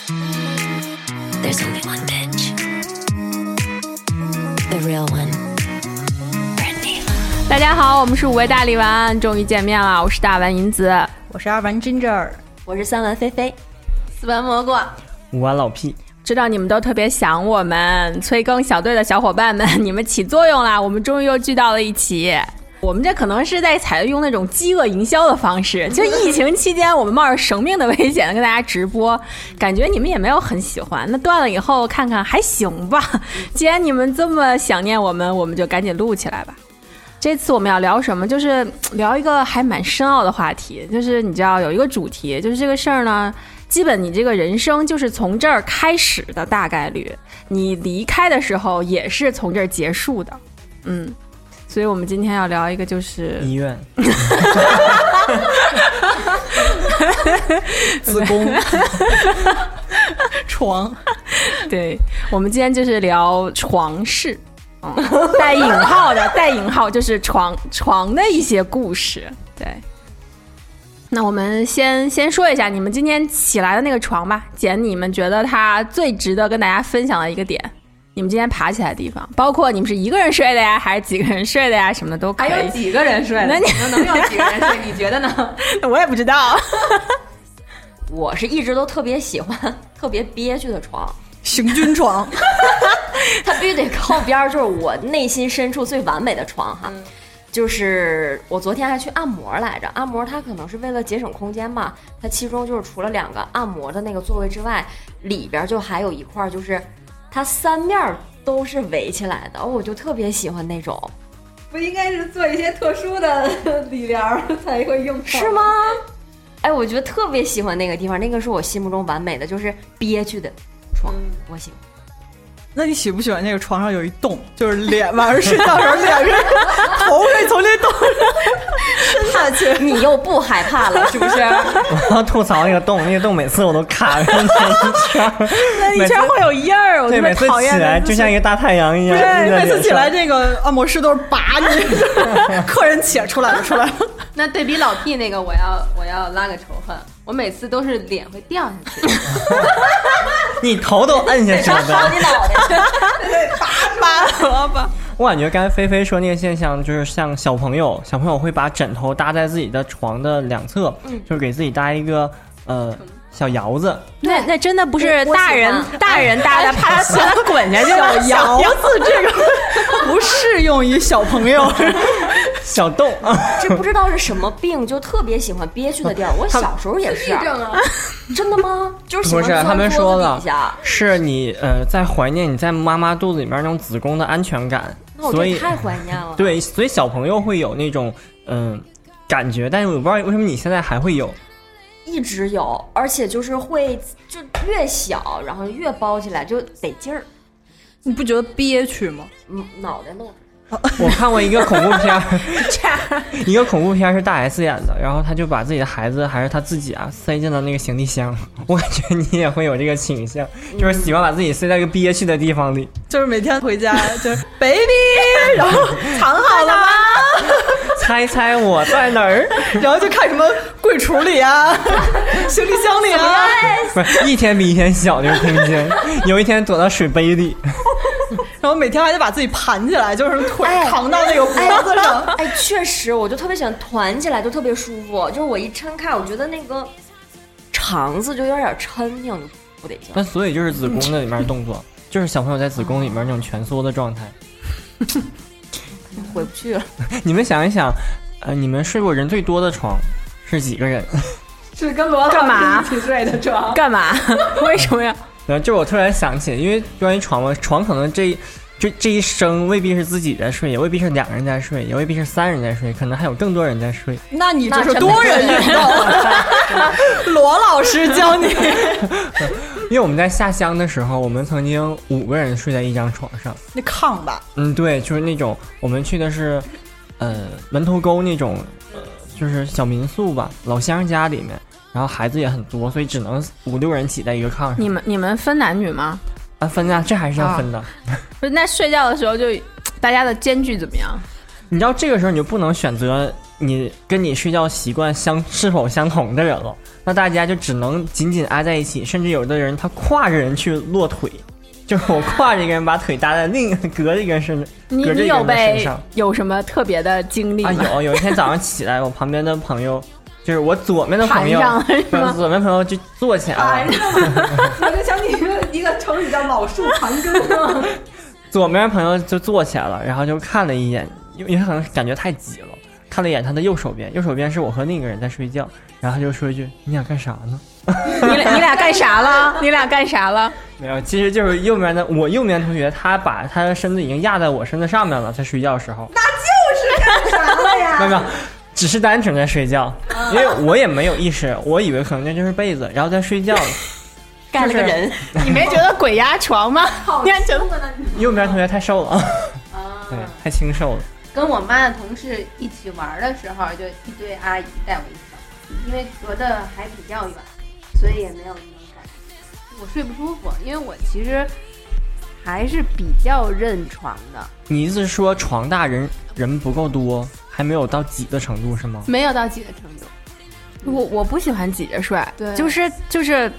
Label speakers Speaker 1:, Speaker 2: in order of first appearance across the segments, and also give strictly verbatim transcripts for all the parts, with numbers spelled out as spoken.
Speaker 1: There's only one bitch, the real one, Brandy。
Speaker 2: 大家好，我们是五位大力丸，终于见面了。我是大丸银子，
Speaker 3: 我是二丸 Ginger，
Speaker 4: 我是三丸菲菲，
Speaker 5: 四丸蘑菇，
Speaker 6: 五丸老屁。
Speaker 2: 知道你们都特别想我们催更小队的小伙伴们，你们起作用啦！我们终于又聚到了一起。我们这可能是在采用那种饥饿营销的方式，就疫情期间我们冒着生命的危险跟大家直播，感觉你们也没有很喜欢。那断了以后看看还行吧。既然你们这么想念我们，我们就赶紧录起来吧。这次我们要聊什么？就是聊一个还蛮深奥的话题，就是你知道有一个主题，就是这个事儿呢，基本你这个人生就是从这儿开始的大概率，你离开的时候也是从这儿结束的。嗯，所以我们今天要聊一个就是
Speaker 6: 医院
Speaker 3: 子宫床。
Speaker 2: 对，我们今天就是聊床事，嗯，带引号的带引号就是床床的一些故事。对，那我们先先说一下你们今天起来的那个床吧，简你们觉得它最值得跟大家分享的一个点，你们今天爬起来的地方，包括你们是一个人睡的呀，还是几个人睡的呀，什么的都可以。
Speaker 5: 还有几个人睡的？
Speaker 2: 那你
Speaker 5: 能有几个人睡？你觉得呢？
Speaker 2: 我也不知道。
Speaker 4: 我是一直都特别喜欢特别憋屈的床，
Speaker 3: 行军床。
Speaker 4: 它必须得靠边，就是我内心深处最完美的床哈。嗯，就是我昨天还去按摩来着，按摩它可能是为了节省空间嘛，它其中就是除了两个按摩的那个座位之外，里边就还有一块，就是它三面都是围起来的，我就特别喜欢那种。
Speaker 5: 不应该是做一些特殊的理疗才会用上？
Speaker 4: 是吗？哎，我觉得特别喜欢那个地方，那个是我心目中完美的，就是憋屈的床，嗯，我喜欢。
Speaker 3: 那你喜不喜欢那个床上有一洞，就是脸晚上睡觉的时候脸是头可以从这洞伸下去？
Speaker 4: 你又不害怕了是不是？
Speaker 6: 我要吐槽那个洞，那个洞每次我都卡上那一圈，
Speaker 2: 那一圈会有印儿，我特别讨厌。
Speaker 6: 每次起来就像一个大太阳一样。
Speaker 3: 对，每次起来这个按摩师都是拔你，客人且出来了出来了。
Speaker 5: 那对比老屁那个，我要我要拉个仇恨，我每次都是脸会掉下去。
Speaker 6: 你头都摁下去了，
Speaker 4: 好你脑袋，
Speaker 3: 拔拔拔。
Speaker 6: 我感觉刚才菲菲说那个现象，就是像小朋友，小朋友会把枕头搭在自己的床的两侧，嗯，就是给自己搭一个呃小窑子。
Speaker 2: 那那真的不是大人大人搭的，怕他怕他滚下去。
Speaker 3: 小窑子这个不适用于小朋友。
Speaker 6: 小洞，
Speaker 4: 这不知道是什么病，就特别喜欢憋屈的地儿。我小时候也是。
Speaker 5: 啊、
Speaker 4: 真的吗？就是喜欢
Speaker 6: 不是他们说了，
Speaker 4: 下
Speaker 6: 是你呃在怀念你在妈妈肚子里面那种子宫的安全感，
Speaker 4: 那我
Speaker 6: 所以
Speaker 4: 太怀念了。
Speaker 6: 对，所以小朋友会有那种嗯、呃、感觉，但是我不知道为什么你现在还会有。
Speaker 4: 一直有，而且就是会就越小，然后越包起来就得劲儿。
Speaker 3: 你不觉得憋屈吗？
Speaker 4: 嗯，脑袋弄。
Speaker 6: 我看过一个恐怖片一个恐怖片是大 S 演的，然后他就把自己的孩子还是他自己啊塞进了那个行李箱。我感觉你也会有这个倾向，就是喜欢把自己塞在一个憋屈的地方里，
Speaker 3: 就是每天回家就是 baby， 然后藏好了吗？
Speaker 6: 猜猜我在哪儿？
Speaker 3: 然后就看什么柜橱里啊，行李箱里啊，
Speaker 6: 不是一天比一天小这个空间，有一天躲到水杯里。
Speaker 3: 然后每天还得把自己盘起来，就是腿扛到那个脖子上。
Speaker 4: 哎，哎确实，我就特别喜欢团起来，就特别舒服。就是我一撑开，我觉得那个肠子就有点抻拧，就不得劲。
Speaker 6: 那所以就是子宫的里面动作，就是小朋友在子宫里面那种蜷缩的状态。
Speaker 4: 回不去了。
Speaker 6: 你们想一想，呃，你们睡过人最多的床是几个人？
Speaker 5: 是跟罗老师一起睡的床。
Speaker 2: 干嘛？为什么呀？
Speaker 6: 然后就我突然想起，因为关于床嘛，床可能这就这一生未必是自己在睡，也未必是两个人在睡，也未必是三人在睡，可能还有更多人在睡。
Speaker 3: 那你这是多人运动。罗老师教你。
Speaker 6: 因为我们在下乡的时候，我们曾经五个人睡在一张床上。
Speaker 3: 那炕吧？
Speaker 6: 嗯，对，就是那种我们去的是，呃，门头沟那种，呃，就是小民宿吧，老乡家里面。然后孩子也很多，所以只能五六人挤在一个炕上。
Speaker 2: 你们你们分男女吗？
Speaker 6: 啊，分啊，这还是要分的。
Speaker 2: 不是，那睡觉的时候就大家的间距怎么样？
Speaker 6: 你知道这个时候你就不能选择你跟你睡觉习惯相是否相同的人了，那大家就只能紧紧挨在一起，甚至有的人他跨着人去落腿，就是我跨着一个人把腿搭在另一个隔着一个人身，
Speaker 2: 你
Speaker 6: 隔着一个人的身上。
Speaker 2: 有什么特别的经历吗？
Speaker 6: 啊，有有一天早上起来，我旁边的朋友，就是我左面的朋友，左面朋友就坐起来了。
Speaker 5: 我就想起一个一个成语叫老树盘根。
Speaker 6: 左面朋友就坐起来了，然后就看了一眼，因为可能感觉太挤了，看了一眼他的右手边，右手边是我和另一个人在睡觉，然后他就说一句：“你俩干啥呢？”
Speaker 2: 你俩你俩干啥了？你俩干啥了？
Speaker 6: 没有，其实就是右面的我右面同学，他把他的身子已经压在我身子上面了，在睡觉的时候。
Speaker 5: 那就是干啥了呀？
Speaker 6: 没有没有，只是单纯在睡觉，因为我也没有意识，我以为可能那就是被子，然后在睡觉。
Speaker 4: 干了个人，
Speaker 2: 你没觉得鬼压床吗？你还觉得
Speaker 6: 右边同学太瘦了，
Speaker 5: 啊，
Speaker 6: 对，太清瘦了。
Speaker 5: 跟我妈的同事一起玩的时候，就一堆阿姨带我一起，因为隔得还比较远，所以也没有那种感觉。我睡不舒服，因为我其实还是比较认床的。
Speaker 6: 你意思是说床大人人不够多，还没有到挤的程度是吗？
Speaker 5: 没有到挤的程度。
Speaker 2: 我我不喜欢挤着睡，
Speaker 5: 对，
Speaker 2: 就是就是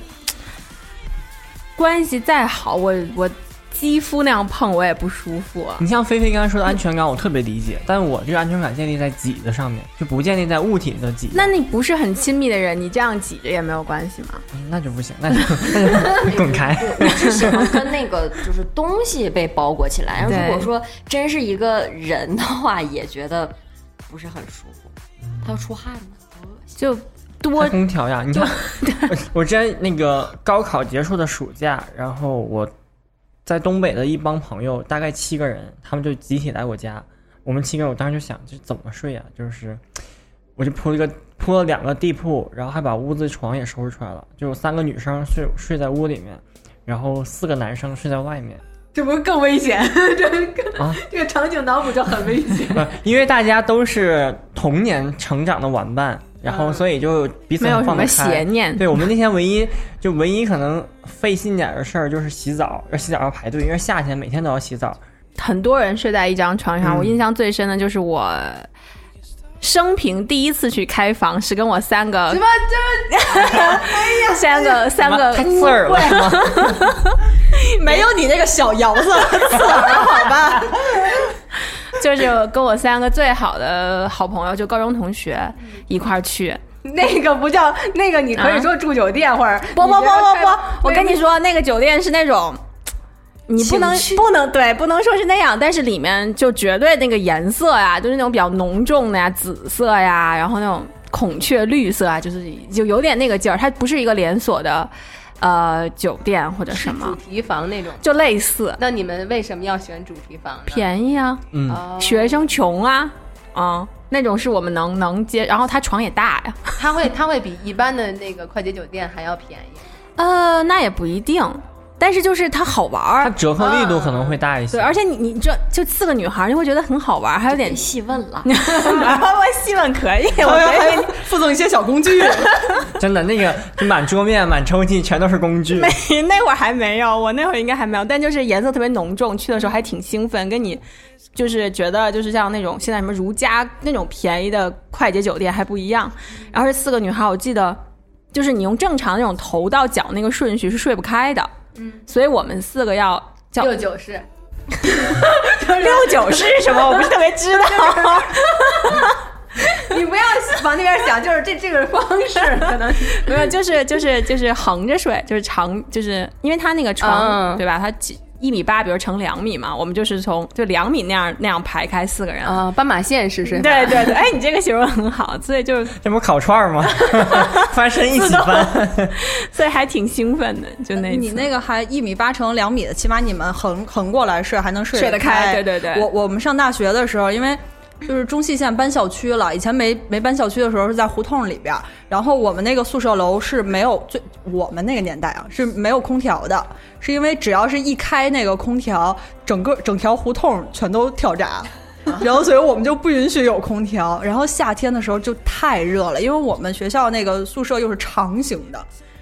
Speaker 2: 关系再好，我我肌肤那样碰我也不舒服。
Speaker 6: 你像菲菲刚才说的安全感，我特别理解，但我这个安全感建立在挤的上面，就不建立在物体的挤。
Speaker 2: 那你不是很亲密的人，你这样挤着也没有关系吗？
Speaker 6: 嗯、那就不行，那就那就滚开。
Speaker 4: 我只喜欢跟那个就是东西被包裹起来。如果说真是一个人的话，也觉得不是很舒服，他要出汗呢。
Speaker 2: 就多
Speaker 6: 空调呀，你看，我之前那个高考结束的暑假，然后我在东北的一帮朋友，大概七个人，他们就集体来我家。我们七个人，我当时就想，这怎么睡啊？就是我就铺了一个铺了两个地铺，然后还把屋子床也收拾出来了，就有三个女生睡睡在屋里面，然后四个男生睡在外面。
Speaker 5: 这不是更危险？这个、啊、这个场景脑补就很危险。
Speaker 6: 因为大家都是童年成长的玩伴，然后所以就彼此
Speaker 2: 没有什么
Speaker 6: 邪
Speaker 2: 念。
Speaker 6: 对，我们那天唯一就唯一可能费心点的事儿就是洗澡，要洗澡要排队，因为夏天每天都要洗澡。
Speaker 2: 很多人睡在一张床上，
Speaker 6: 嗯、
Speaker 2: 我印象最深的就是我生平第一次去开房，是跟我三个
Speaker 5: 什么这
Speaker 2: 哎呀三个三个
Speaker 6: 太刺耳了是吗？
Speaker 3: 没有你那个小摇子刺耳好吧？
Speaker 2: 就是跟我三个最好的好朋友，就高中同学一块儿去。
Speaker 5: 那个不叫那个，你可以说住酒店、啊、或者
Speaker 2: 不不不不不，我跟你说，那个酒店是那种。你不能不能对，不能说是那样，但是里面就绝对那个颜色呀，就是那种比较浓重的呀，紫色呀，然后那种孔雀绿色啊，就是就有点那个劲儿。它不是一个连锁的呃酒店或者什么
Speaker 5: 主题房那种，
Speaker 2: 就类似。
Speaker 5: 那你们为什么要选主题房呢？
Speaker 2: 便宜啊，
Speaker 6: 嗯，
Speaker 2: 学生穷啊，啊、嗯，那种是我们能能接，然后它床也大呀，
Speaker 5: 它会它会比一般的那个快捷酒店还要便宜。
Speaker 2: 呃，那也不一定。但是就是它好玩儿，
Speaker 6: 它折扣力度可能会大一些。
Speaker 2: 对，而且你你这就四个女孩，你会觉得很好玩，还有点
Speaker 4: 细问了。
Speaker 2: 我细问可以，我
Speaker 3: 还有附赠一些小工具。
Speaker 6: 真的，那个就满桌面、满抽屉全都是工具。
Speaker 2: 没，那会儿还没有，我那会儿应该还没有，但就是颜色特别浓重，去的时候还挺兴奋，跟你就是觉得就是像那种现在什么如家那种便宜的快捷酒店还不一样。然后这四个女孩，我记得就是你用正常那种头到脚那个顺序是睡不开的。嗯，所以我们四个要叫
Speaker 5: 六九式，
Speaker 2: 六九是什么？我不是特别知道。
Speaker 5: 你不要往那边想，就是这这个方式可能
Speaker 2: 没有，就是就是就是横着睡，就是长，就是因为它那个床、嗯、对吧？它一米八，比如乘两米嘛，我们就是从就两米那样那样排开四个人
Speaker 5: 啊，斑马线是是，
Speaker 2: 对对对，哎，你这个形容很好，所以就
Speaker 6: 这不是烤串吗？翻身一起翻，
Speaker 2: 所以还挺兴奋的。就那
Speaker 3: 你那个还一米八乘两米的，起码你们横横过来睡还能睡
Speaker 2: 睡得开。对对对，
Speaker 3: 我我们上大学的时候，因为。就是中戏县搬校区了，以前没没搬校区的时候是在胡同里边，然后我们那个宿舍楼是没有最我们那个年代啊是没有空调的，是因为只要是一开那个空调，整个整条胡同全都跳闸，然后所以我们就不允许有空调。然后夏天的时候就太热了，因为我们学校那个宿舍又是长形的，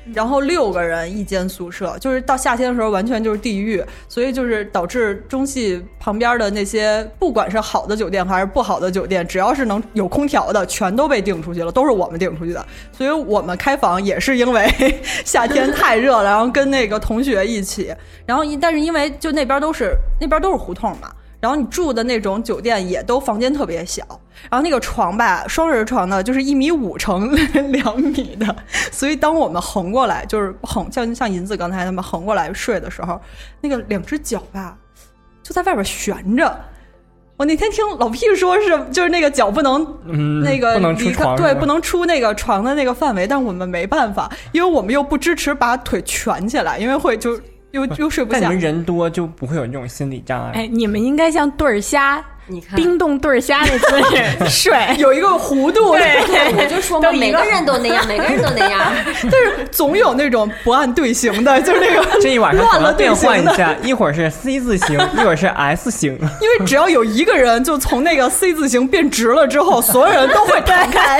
Speaker 3: 然后六个人一间宿舍，就是到夏天的时候完全就是地狱，所以就是导致中戏旁边的那些不管是好的酒店还是不好的酒店，只要是能有空调的全都被订出去了，都是我们订出去的。所以我们开房也是因为夏天太热了，然后跟那个同学一起，然后但是因为就那边都是那边都是胡同嘛，然后你住的那种酒店也都房间特别小，然后那个床吧，双人床呢就是一米五乘两米的，所以当我们横过来，就是横像像银子刚才他们横过来睡的时候，那个两只脚吧就在外边悬着。我那天听老屁说是就是那个脚不能，
Speaker 6: 嗯，
Speaker 3: 那个
Speaker 6: 不能出床，
Speaker 3: 对，不能出那个床的那个范围，但我们没办法，因为我们又不支持把腿蜷起来，因为会就又又睡不下。
Speaker 6: 但你们人多就不会有这种心理障碍。
Speaker 2: 哎，你们应该像对儿虾，
Speaker 4: 你看
Speaker 2: 冰冻对儿虾那姿势睡，
Speaker 3: 有一个弧度，
Speaker 2: 对，
Speaker 4: 我就说嘛，每个人都那样，每个人都那样。
Speaker 3: 但是总有那种不按队形的，就是那个
Speaker 6: 这一晚上
Speaker 3: 乱了
Speaker 6: 可能变
Speaker 3: 队形的。
Speaker 6: 换一下，一会儿是 C 字形，一会儿是 S 形。
Speaker 3: 因为只要有一个人就从那个 C 字形变直了之后，所有人都会弹开。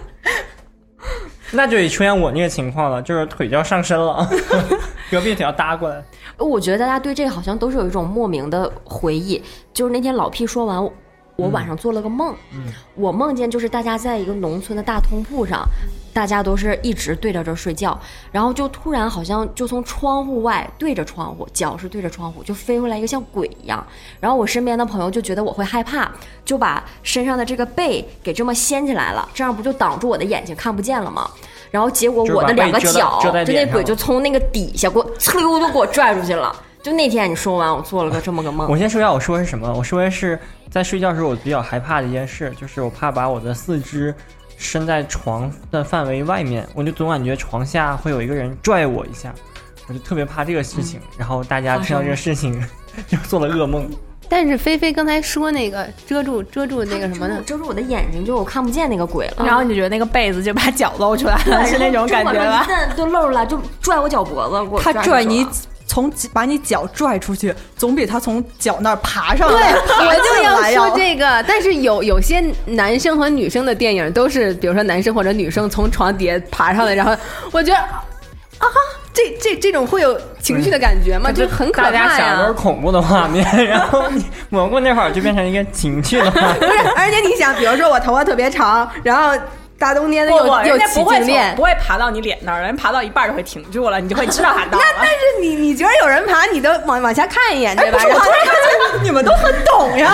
Speaker 6: 那就得出现我那个情况了，就是腿就要上身了，隔壁腿要搭过来。
Speaker 4: 我觉得大家对这个好像都是有一种莫名的回忆。就是那天老 P 说完，我晚上做了个梦，
Speaker 6: 嗯、
Speaker 4: 我梦见就是大家在一个农村的大通铺上，大家都是一直对着这睡觉，然后就突然好像就从窗户外对着窗户，脚是对着窗户，就飞回来一个像鬼一样。然后我身边的朋友就觉得我会害怕，就把身上的这个被给这么掀起来了，这样不就挡住我的眼睛看不见了吗？然后结果我的两个脚，就那鬼就从那个底下给我呲溜就给我拽出去了。就那天你说完，我做了个这么个梦。
Speaker 6: 我先说一下我说的是什么，我说的是在睡觉的时候我比较害怕的一件事，就是我怕把我的四肢伸在床的范围外面，我就总感觉床下会有一个人拽我一下，我就特别怕这个事情。嗯、然后大家听到这个事情就做了噩梦。
Speaker 5: 但是菲菲刚才说那个遮住遮住那个什么呢？
Speaker 4: 遮住我的眼睛，就我看不见那个鬼了。
Speaker 2: 然后你觉得那个被子就把脚露出来了，是那种感觉吧？
Speaker 4: 都露出来，就拽我脚脖子，给我
Speaker 3: 他拽你。从把你脚拽出去，总比他从脚那儿爬上来。
Speaker 5: 对，我就要说这个。但是有有些男生和女生的电影都是，比如说男生或者女生从床底下爬上来，然后我觉得啊，这这这种会有情绪的感觉吗？就很可怕呀。
Speaker 6: 大家想都是恐怖的画面，然后你蘑菇那会儿就变成一个情趣的画面。
Speaker 5: 不是，而且你想，比如说我头发特别长，然后。大冬天的有有起静电，
Speaker 2: 不会爬到你脸那儿，人爬到一半就会停住了，你就会知道他到了。
Speaker 5: 那但是你你觉得有人爬，你都往往下看一眼，对吧？
Speaker 3: 哎、我突然发现你们都很懂呀，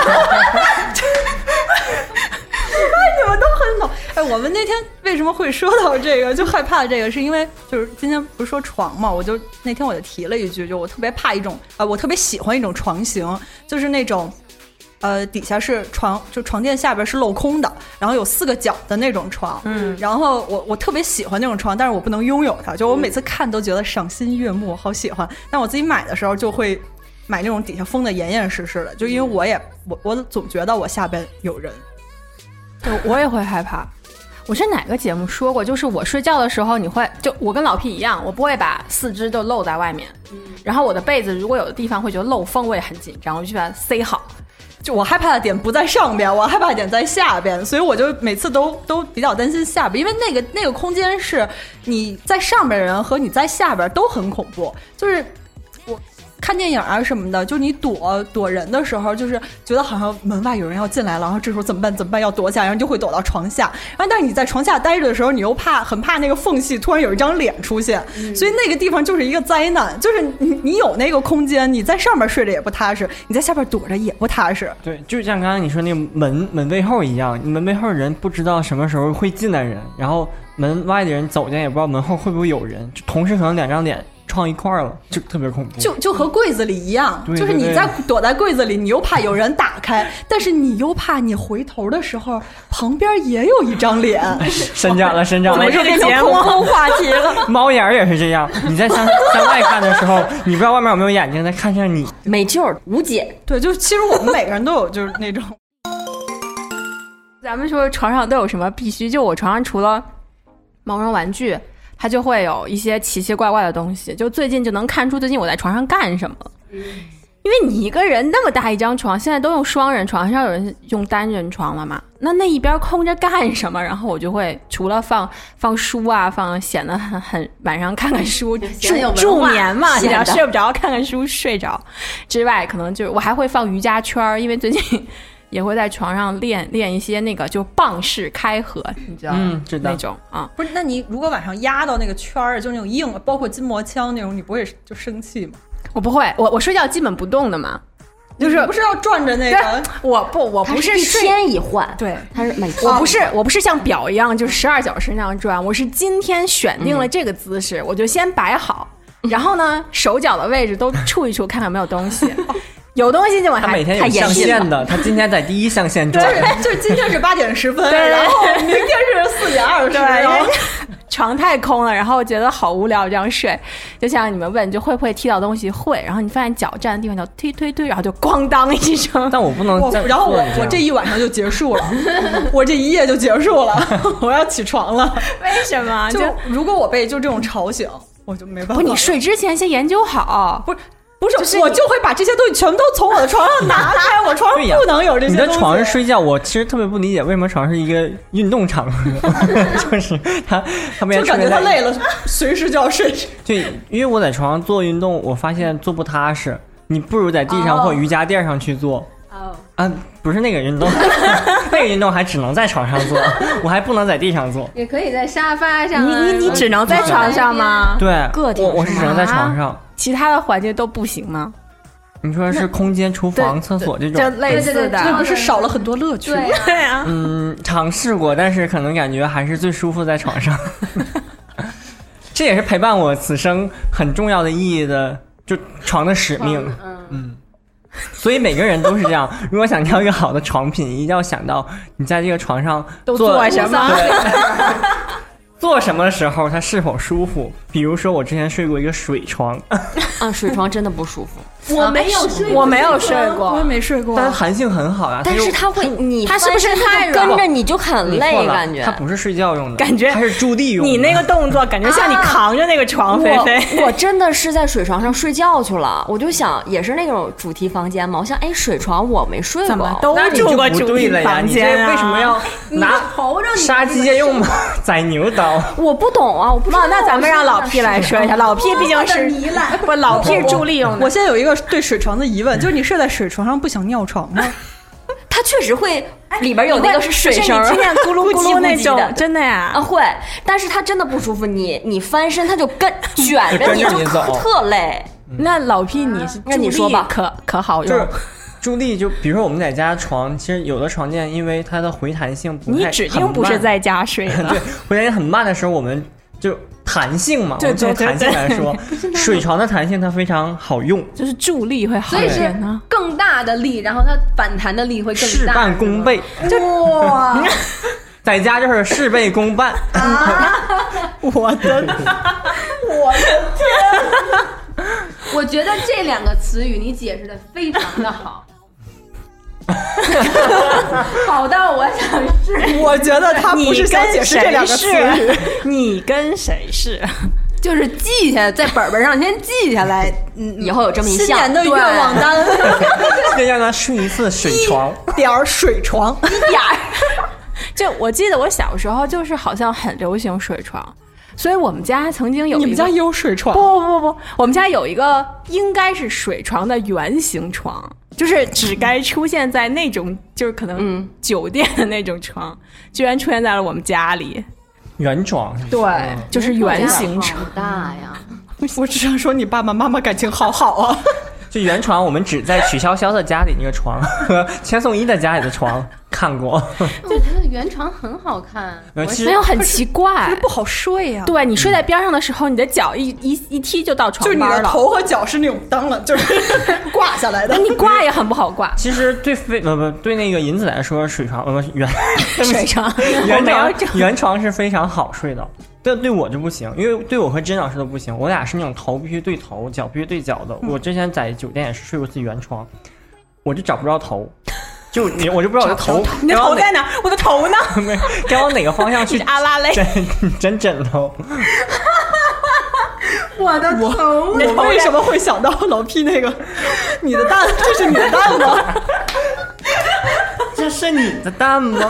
Speaker 3: 你们都很懂。哎，我们那天为什么会说到这个，就害怕这个，是因为就是今天不是说床嘛，我就那天我就提了一句，就我特别怕一种啊、呃，我特别喜欢一种床型，就是那种。呃，底下是床，就床垫下边是镂空的，然后有四个角的那种床。嗯，然后我我特别喜欢那种床，但是我不能拥有它，就我每次看都觉得赏心悦目，好喜欢。但我自己买的时候就会买那种底下封的严严实实的，就因为我也我我总觉得我下边有人，
Speaker 2: 对，我也会害怕。我是哪个节目说过，就是我睡觉的时候，你会就我跟老 P 一样，我不会把四肢都露在外面，嗯、然后我的被子如果有的地方会觉得漏风，我也很紧张，我就把它塞好。
Speaker 3: 就我害怕的点不在上边，我害怕的点在下边，所以我就每次都都比较担心下边，因为那个那个空间是你在上边人和你在下边都很恐怖，就是我看电影啊什么的，就你躲躲人的时候，就是觉得好像门外有人要进来了，然后这时候怎么办？怎么办？要躲下，然后就会躲到床下。然后但是你在床下待着的时候，你又怕很怕那个缝隙突然有一张脸出现，嗯、所以那个地方就是一个灾难。就是你你有那个空间，你在上面睡着也不踏实，你在下边躲着也不踏实。
Speaker 6: 对，就像刚才你说那个门门卫后一样，门卫后人不知道什么时候会进来人，然后门外的人走进也不知道门后会不会有人，就同时可能两张脸。撞一块了，就特别恐怖，
Speaker 3: 就就和柜子里一样，
Speaker 6: 对对对，
Speaker 3: 就是你在躲在柜子里，你又怕有人打开，但是你又怕你回头的时候旁边也有一张脸。
Speaker 6: 伸展了，伸展了，
Speaker 3: 我们就变成恐怖话题了。
Speaker 6: 猫眼也是这样，你在向向外看的时候，你不知道外面有没有眼睛在看向你，
Speaker 4: 没救，无解。
Speaker 3: 对，就其实我们每个人都有，就是那种。
Speaker 2: 咱们说床上都有什么必须？就我床上除了毛绒玩具。它就会有一些奇奇怪怪的东西，就最近就能看出最近我在床上干什么。嗯，因为你一个人那么大一张床，现在都用双人床，很少有人用单人床了嘛。 那那一边空着干什么？然后我就会除了放放书啊，放显得很很晚上看看书
Speaker 5: 显有
Speaker 2: 助
Speaker 5: 文化
Speaker 2: 助眠嘛，你要
Speaker 4: 显得
Speaker 2: 睡不着看看书睡着之外，可能就是我还会放瑜伽圈儿，因为最近也会在床上练练一些那个就棒式开合，你知道吗？
Speaker 6: 嗯知道
Speaker 2: 那种啊。
Speaker 3: 不是，那你如果晚上压到那个圈儿，就那种硬，包括筋膜枪那种，你不会就生气吗？
Speaker 2: 我不会，我我睡觉基本不动的嘛，就是
Speaker 3: 你不是要转着那个？
Speaker 2: 我不我
Speaker 4: 它是一
Speaker 2: 不是睡
Speaker 4: 天一换，
Speaker 2: 对。
Speaker 4: 它是每天
Speaker 2: 我不是我不是像表一样，就是十二小时那样转。我是今天选定了这个姿势，我就先摆好，然后呢，手脚的位置都触一触，看看有没有东西。有东西就往下。
Speaker 6: 他每天
Speaker 2: 太
Speaker 6: 有象
Speaker 2: 严谨了。
Speaker 6: 限的，他今天在第一象限转。
Speaker 3: 就是今天是八点十分，
Speaker 2: 对
Speaker 3: 然后明天是四点二十，
Speaker 2: 对，
Speaker 3: 然后
Speaker 2: 床太空了，然后觉得好无聊，这样睡。就像你们问，就会不会踢到东西？会。然后你发现脚站的地方就推推推，然后就咣当一声。
Speaker 6: 但我不能这样
Speaker 3: 我然后我
Speaker 6: 做这样
Speaker 3: 我这一晚上就结束了，我这一夜就结束了，我要起床了。
Speaker 2: 为什么？
Speaker 3: 就如果我被就这种吵醒，我就没办法。
Speaker 2: 不，你睡之前先研究好。
Speaker 3: 不是。不是，
Speaker 2: 就是
Speaker 3: 我就会把这些东西全都从我的床上拿开，我床上
Speaker 6: 对呀
Speaker 3: 不能有这些东西。
Speaker 6: 你的床上睡觉，我其实特别不理解为什么床是一个运动场合，就是他他们
Speaker 3: 就感觉他累了，随时就要睡。
Speaker 6: 对，因为我在床上做运动，我发现做不踏实，你不如在地上或瑜伽垫上去做。
Speaker 5: 哦，
Speaker 6: 啊，不是那个运动，那个运动还只能在床上做，我还不能在地上做。
Speaker 5: 也可以在沙发上啊。
Speaker 2: 你你你只能在床上吗？
Speaker 6: 对，
Speaker 4: 个体
Speaker 6: 我我是只能在床上。
Speaker 2: 其他的环境都不行吗？
Speaker 6: 你说是空间、厨房、厕所这
Speaker 2: 就
Speaker 6: 种，
Speaker 2: 类似的。
Speaker 3: 那不是少了很多乐趣？
Speaker 5: 对啊，
Speaker 2: 对啊，
Speaker 6: 嗯，尝试过，但是可能感觉还是最舒服在床上。这也是陪伴我此生很重要的意义的，就床的使命。
Speaker 5: 嗯，
Speaker 6: 嗯，所以每个人都是这样。如果想挑一个好的床品，一定要想到你在这个床上
Speaker 2: 都
Speaker 6: 做
Speaker 2: 做什么？
Speaker 6: 对做什么的时候它是否舒服？比如说我之前睡过一个水床，
Speaker 4: 啊，水床真的不舒服。
Speaker 5: 我没有睡过，
Speaker 2: 我没有睡
Speaker 3: 我也
Speaker 2: 过。
Speaker 3: 没睡过。
Speaker 6: 但是弹性很好呀。
Speaker 4: 但是
Speaker 6: 它
Speaker 4: 它会，你
Speaker 2: 它是不是
Speaker 4: 翻身
Speaker 2: 太软
Speaker 4: 它就跟着你就很累，
Speaker 6: 你错了
Speaker 4: 感觉
Speaker 6: 它不是睡觉用的，
Speaker 2: 感觉
Speaker 6: 它是驻地用的。
Speaker 2: 你那个动作感觉像你扛着那个床飞飞。
Speaker 4: 我我真的是在水床上睡觉去了，我就想也是那种主题房间嘛，我想哎水床我没睡
Speaker 2: 怎么
Speaker 4: 过，
Speaker 2: 都
Speaker 6: 那你就不
Speaker 2: 住过主题
Speaker 6: 对了呀！你这
Speaker 2: 房间啊？
Speaker 6: 为什么要拿
Speaker 5: 头着你
Speaker 6: 杀鸡借用吗？宰牛刀？
Speaker 4: 我不懂啊，我不知道。
Speaker 2: 那咱们让老 P 来说一下，老 P 毕竟是不老 P 是助力用的。
Speaker 3: 我现在有一个对水床的疑问，就是你睡在水床上不想尿床吗？
Speaker 4: 它确实会里边有那个是水声，
Speaker 2: 是你听见咕噜咕噜那种，真的呀
Speaker 4: 啊会，但是它真的不舒服，你你翻身它就跟卷着你，就
Speaker 6: 跟着你走
Speaker 4: 特累。
Speaker 2: 那老 P 你是
Speaker 4: 那你说吧
Speaker 2: 可可好
Speaker 6: 就是
Speaker 2: 用？
Speaker 6: 助力，就比如说我们在家床，其实有的床垫因为它的回弹性不太，
Speaker 2: 你指定不是在家睡的。
Speaker 6: 对，回弹性很慢的时候，我们就弹性嘛，
Speaker 2: 对对
Speaker 6: 我们从弹性来说，水床的弹性它非常好用，
Speaker 2: 就是助力会好一
Speaker 5: 所以是
Speaker 2: 点呢。
Speaker 5: 更大的力，然后它反弹的力会更大，
Speaker 6: 事半功倍。
Speaker 5: 哇！
Speaker 6: 在家就是事倍功半。
Speaker 2: 我的
Speaker 5: 我觉得这两个词语你解释的非常的好，好到我想试。
Speaker 3: 我觉得他不是想解释这两个词语。
Speaker 2: 你跟谁是？
Speaker 5: 就是记下，在本本上先记下来，嗯，
Speaker 4: 以后有这么一项
Speaker 3: 新年的愿望单，
Speaker 6: 再让他睡一次水床。
Speaker 3: 点儿水床，
Speaker 2: 一点儿。就我记得我小时候就是好像很流行水床，所以我们家曾经有一个
Speaker 3: 你们家也有水床？
Speaker 2: 不不不不，我们家有一个应该是水床的圆形床，就是只该出现在那种就是可能酒店的那种床，居然出现在了我们家里。
Speaker 6: 圆床，
Speaker 2: 对，就是圆形床。
Speaker 4: 好大呀！
Speaker 3: 我只想说你爸爸妈妈感情好好啊。
Speaker 6: 就圆床，我们只在曲筱绡的家里那个床和千颂伊的家里的床看过。
Speaker 5: 我觉得原床很好看，
Speaker 6: 呃其实
Speaker 2: 没有很奇怪，
Speaker 3: 不好睡呀、
Speaker 2: 对你睡在边上的时候，你的脚一一一踢就到
Speaker 3: 就是你
Speaker 2: 床边了，
Speaker 3: 的头和脚是那种当了，就是挂下来的
Speaker 2: 那。你挂也很不好挂。
Speaker 6: 其实对非不不对那个银子来说，水床呃不圆
Speaker 2: 水床，
Speaker 6: 圆床
Speaker 2: 我没有这
Speaker 6: 圆床是非常好睡的。但对我就不行，因为对我和甄老师都不行，我俩是那种头必须对头，脚必须对脚的。我之前在酒店也是睡过次圆床，我就找不着头，就你我就不知道我的头，
Speaker 2: 你的头在哪？我的头呢？
Speaker 6: 没该往哪个方向去
Speaker 2: 阿拉蕾，
Speaker 6: 枕枕枕头。
Speaker 5: 我的头，
Speaker 3: 我为什么会想到老 P 那个你的蛋？这是你的蛋吗？
Speaker 4: 这
Speaker 6: 这是你的蛋吗？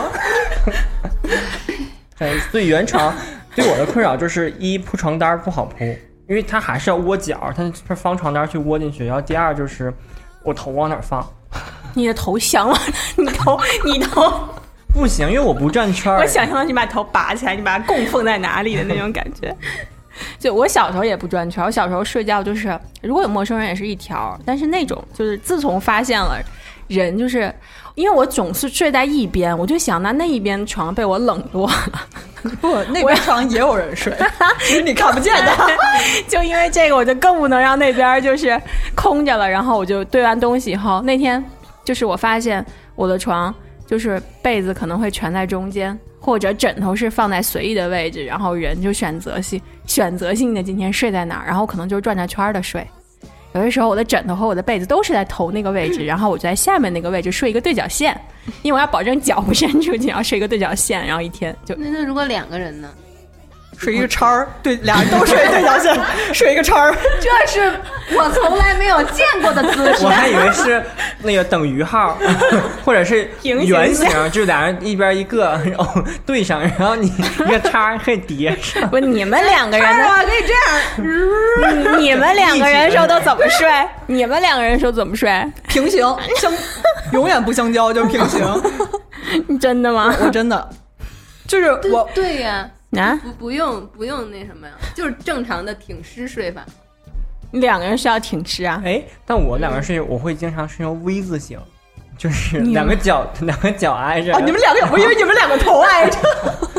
Speaker 6: 对，所以原床对我的困扰就是一铺床单不好铺，因为它还是要窝脚，它是方床单去窝进去。然后第二就是我头往哪儿放？
Speaker 2: 你的头想往你头你头
Speaker 6: 不行，因为我不转圈儿。
Speaker 2: 我想象到你把头拔起来，你把它供奉在哪里的那种感觉。就我小时候也不转圈，我小时候睡觉就是如果有陌生人也是一条，但是那种就是自从发现了人，就是因为我总是睡在一边，我就想那那一边床被我冷落了。
Speaker 3: 不，那边床也有人睡，只是你看不见的。
Speaker 2: 就因为这个，我就更不能让那边就是空着了。然后我就堆完东西以后，那天就是我发现我的床就是被子可能会全在中间，或者枕头是放在随意的位置，然后人就选择性选择性的今天睡在哪儿，然后可能就转着圈的睡。有的时候我的枕头和我的被子都是在头那个位置，然后我就在下面那个位置睡一个对角线，因为我要保证脚不伸出去，要睡一个对角线，然后一天就
Speaker 5: 那那如果两个人呢？
Speaker 3: 睡一个叉儿，对，俩人都睡对角线，睡一个叉儿，
Speaker 5: 这是我从来没有见过的姿势。
Speaker 6: 我还以为是那个等于号，或者是圆形，就俩人一边一个，然后对上，然后你一个叉可以叠上。
Speaker 2: 不，你们两个人的
Speaker 3: 可以这
Speaker 2: 样，你们两个人时候都怎么睡？你们两个人时候怎么睡？
Speaker 3: 平行相，永远不相交，就是平行。
Speaker 2: 真的吗？
Speaker 3: 我真的，就是我
Speaker 5: 对呀。
Speaker 2: 啊，
Speaker 5: 不不用不用那什么呀，就是正常的挺尸睡法。
Speaker 2: 你两个人需要挺尸啊？
Speaker 6: 哎，但我两个人睡，我会经常睡成 V 字形，就是两个脚两个脚挨着。
Speaker 3: 哦，你们两个，我以为你们两个头挨着。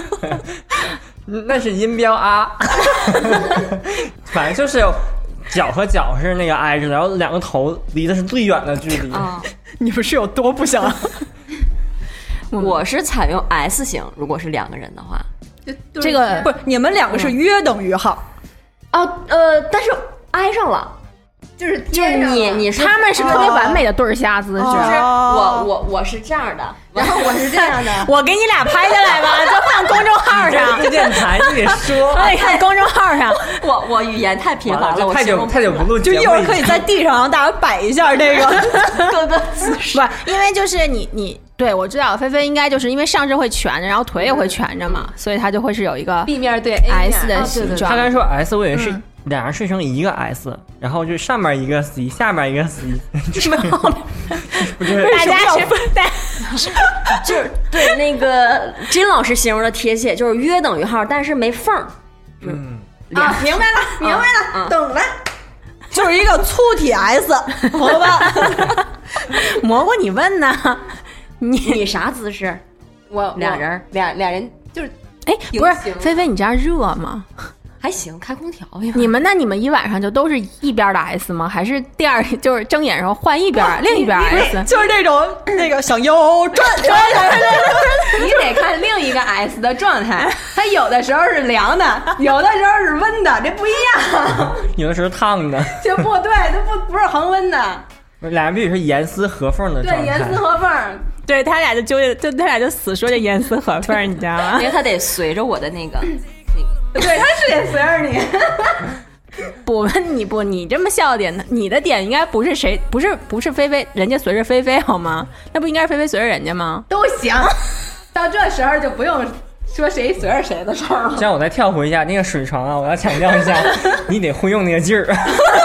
Speaker 6: 那是音标啊。反正就是脚和脚是那个挨着的，然后两个头离的是最远的距离。
Speaker 4: 啊，
Speaker 3: 你们是有多不想？
Speaker 4: 我是采用 S 型，如果是两个人的话。
Speaker 2: 这个
Speaker 3: 不是你们两个是约等于号
Speaker 4: 哦，呃，但是挨上了，
Speaker 5: 就是
Speaker 4: 就是你你是
Speaker 2: 他们是特别完美的对儿瞎子，
Speaker 3: 哦
Speaker 4: 就是
Speaker 3: 哦
Speaker 4: 我我我是这样的，然后我是这样的，
Speaker 2: 我给你俩拍下来吧，就放公众号上。
Speaker 6: 这电台你得说，
Speaker 2: 我得看公众号上。
Speaker 4: 我我语言太频繁了，我
Speaker 6: 太久太久不录节目，
Speaker 3: 就一会儿可以在地上让大家摆一下这个
Speaker 4: 各个姿势。
Speaker 2: 不，因为就是你你。对，我知道菲菲应该就是因为上肢会蜷着，然后腿也会蜷着嘛，所以它就会是有一个
Speaker 5: B 面对 A 面
Speaker 2: S 的形状。
Speaker 6: 他刚才说 S， 我以为是俩人睡成一个 S，、嗯、然后就上面一个 C， 下面一个 C，
Speaker 2: 什么？
Speaker 6: 不是
Speaker 2: 大家是大
Speaker 4: 就是对那个金老师形容的贴切，就是约等于号，但是没缝儿。
Speaker 6: 嗯
Speaker 5: 啊，明白了，明白了，
Speaker 4: 啊、
Speaker 5: 懂了。
Speaker 3: 就是一个粗体 S， 朋友们。
Speaker 2: 蘑菇，你问呢？你
Speaker 4: 你啥姿势？
Speaker 5: 我
Speaker 4: 俩人，
Speaker 5: 俩俩人就是
Speaker 2: 哎，不是菲菲，你家热吗？
Speaker 4: 还行，开空调呀。
Speaker 2: 你们那你们一晚上就都是一边的 S 吗？还是第二就是睁眼时候换一边，另一边 S？
Speaker 3: 就是那种那个想腰转转转转，
Speaker 5: 你得看另一个 S 的状态，它有的时候是凉的，有的时候是温的，这不一样。
Speaker 6: 有的时候烫的，
Speaker 5: 就不对，它不不是恒温的。
Speaker 6: 俩人必须是严丝合缝的状态。
Speaker 5: 对，严丝合缝。
Speaker 2: 对他俩就纠结，就他俩就死说这严丝合缝，你知道吗？
Speaker 4: 因为他得随着我的那个，
Speaker 5: 那个，对，他是得随着你。
Speaker 2: 不问你不，你这么笑点，你的点应该不是谁，不是不是菲菲，人家随着菲菲好吗？那不应该是菲菲随着人家吗？
Speaker 5: 都行，到这时候就不用说谁随着谁的事儿了。
Speaker 6: 这样我再跳回一下那个水床啊，我要强调一下，你得会用那个劲儿。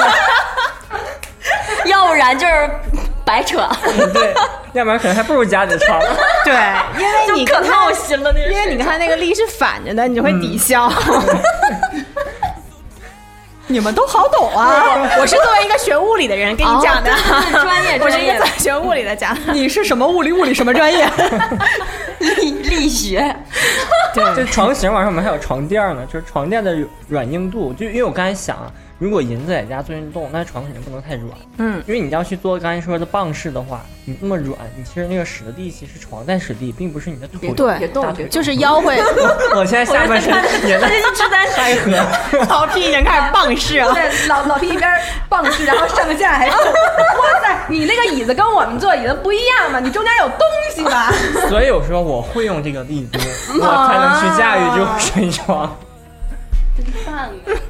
Speaker 4: 要不然就是白扯。
Speaker 6: 对，要不然可能还不如家里的床。
Speaker 2: 对，因为你
Speaker 4: 可闹心了，那
Speaker 2: 因为你看那个力是反着的，你就会抵消。
Speaker 3: 嗯、你们都好懂啊！
Speaker 2: 我是作为一个学物理的人跟你讲的，
Speaker 4: 哦、专业，
Speaker 2: 我是一个学物理的讲的。
Speaker 3: 你是什么物理？物理什么专业？
Speaker 4: 力力学。
Speaker 6: 对，这床型往上我们还有床垫呢，就是床垫的软硬度。就因为我刚才想啊。如果银子在家做运动，那床肯定不能太软，
Speaker 2: 嗯，
Speaker 6: 因为你要去做刚才说的棒式的话，你那么软，你其实那个使的力气是床在使力，并不是你的腿。
Speaker 2: 对，
Speaker 4: 别动，别动，
Speaker 2: 就是腰会。
Speaker 6: 我, 我现在下半身也在
Speaker 2: 一直在
Speaker 6: 开合，
Speaker 2: 老皮已经开始棒式了。
Speaker 5: 对，老老皮一边棒式，然后上下还。哇塞，你那个椅子跟我们坐椅子不一样嘛？你中间有东西吧？
Speaker 6: 所以我说我会用这个力度，我才能去驾驭这种水床。
Speaker 5: 真棒啊！
Speaker 6: 不是，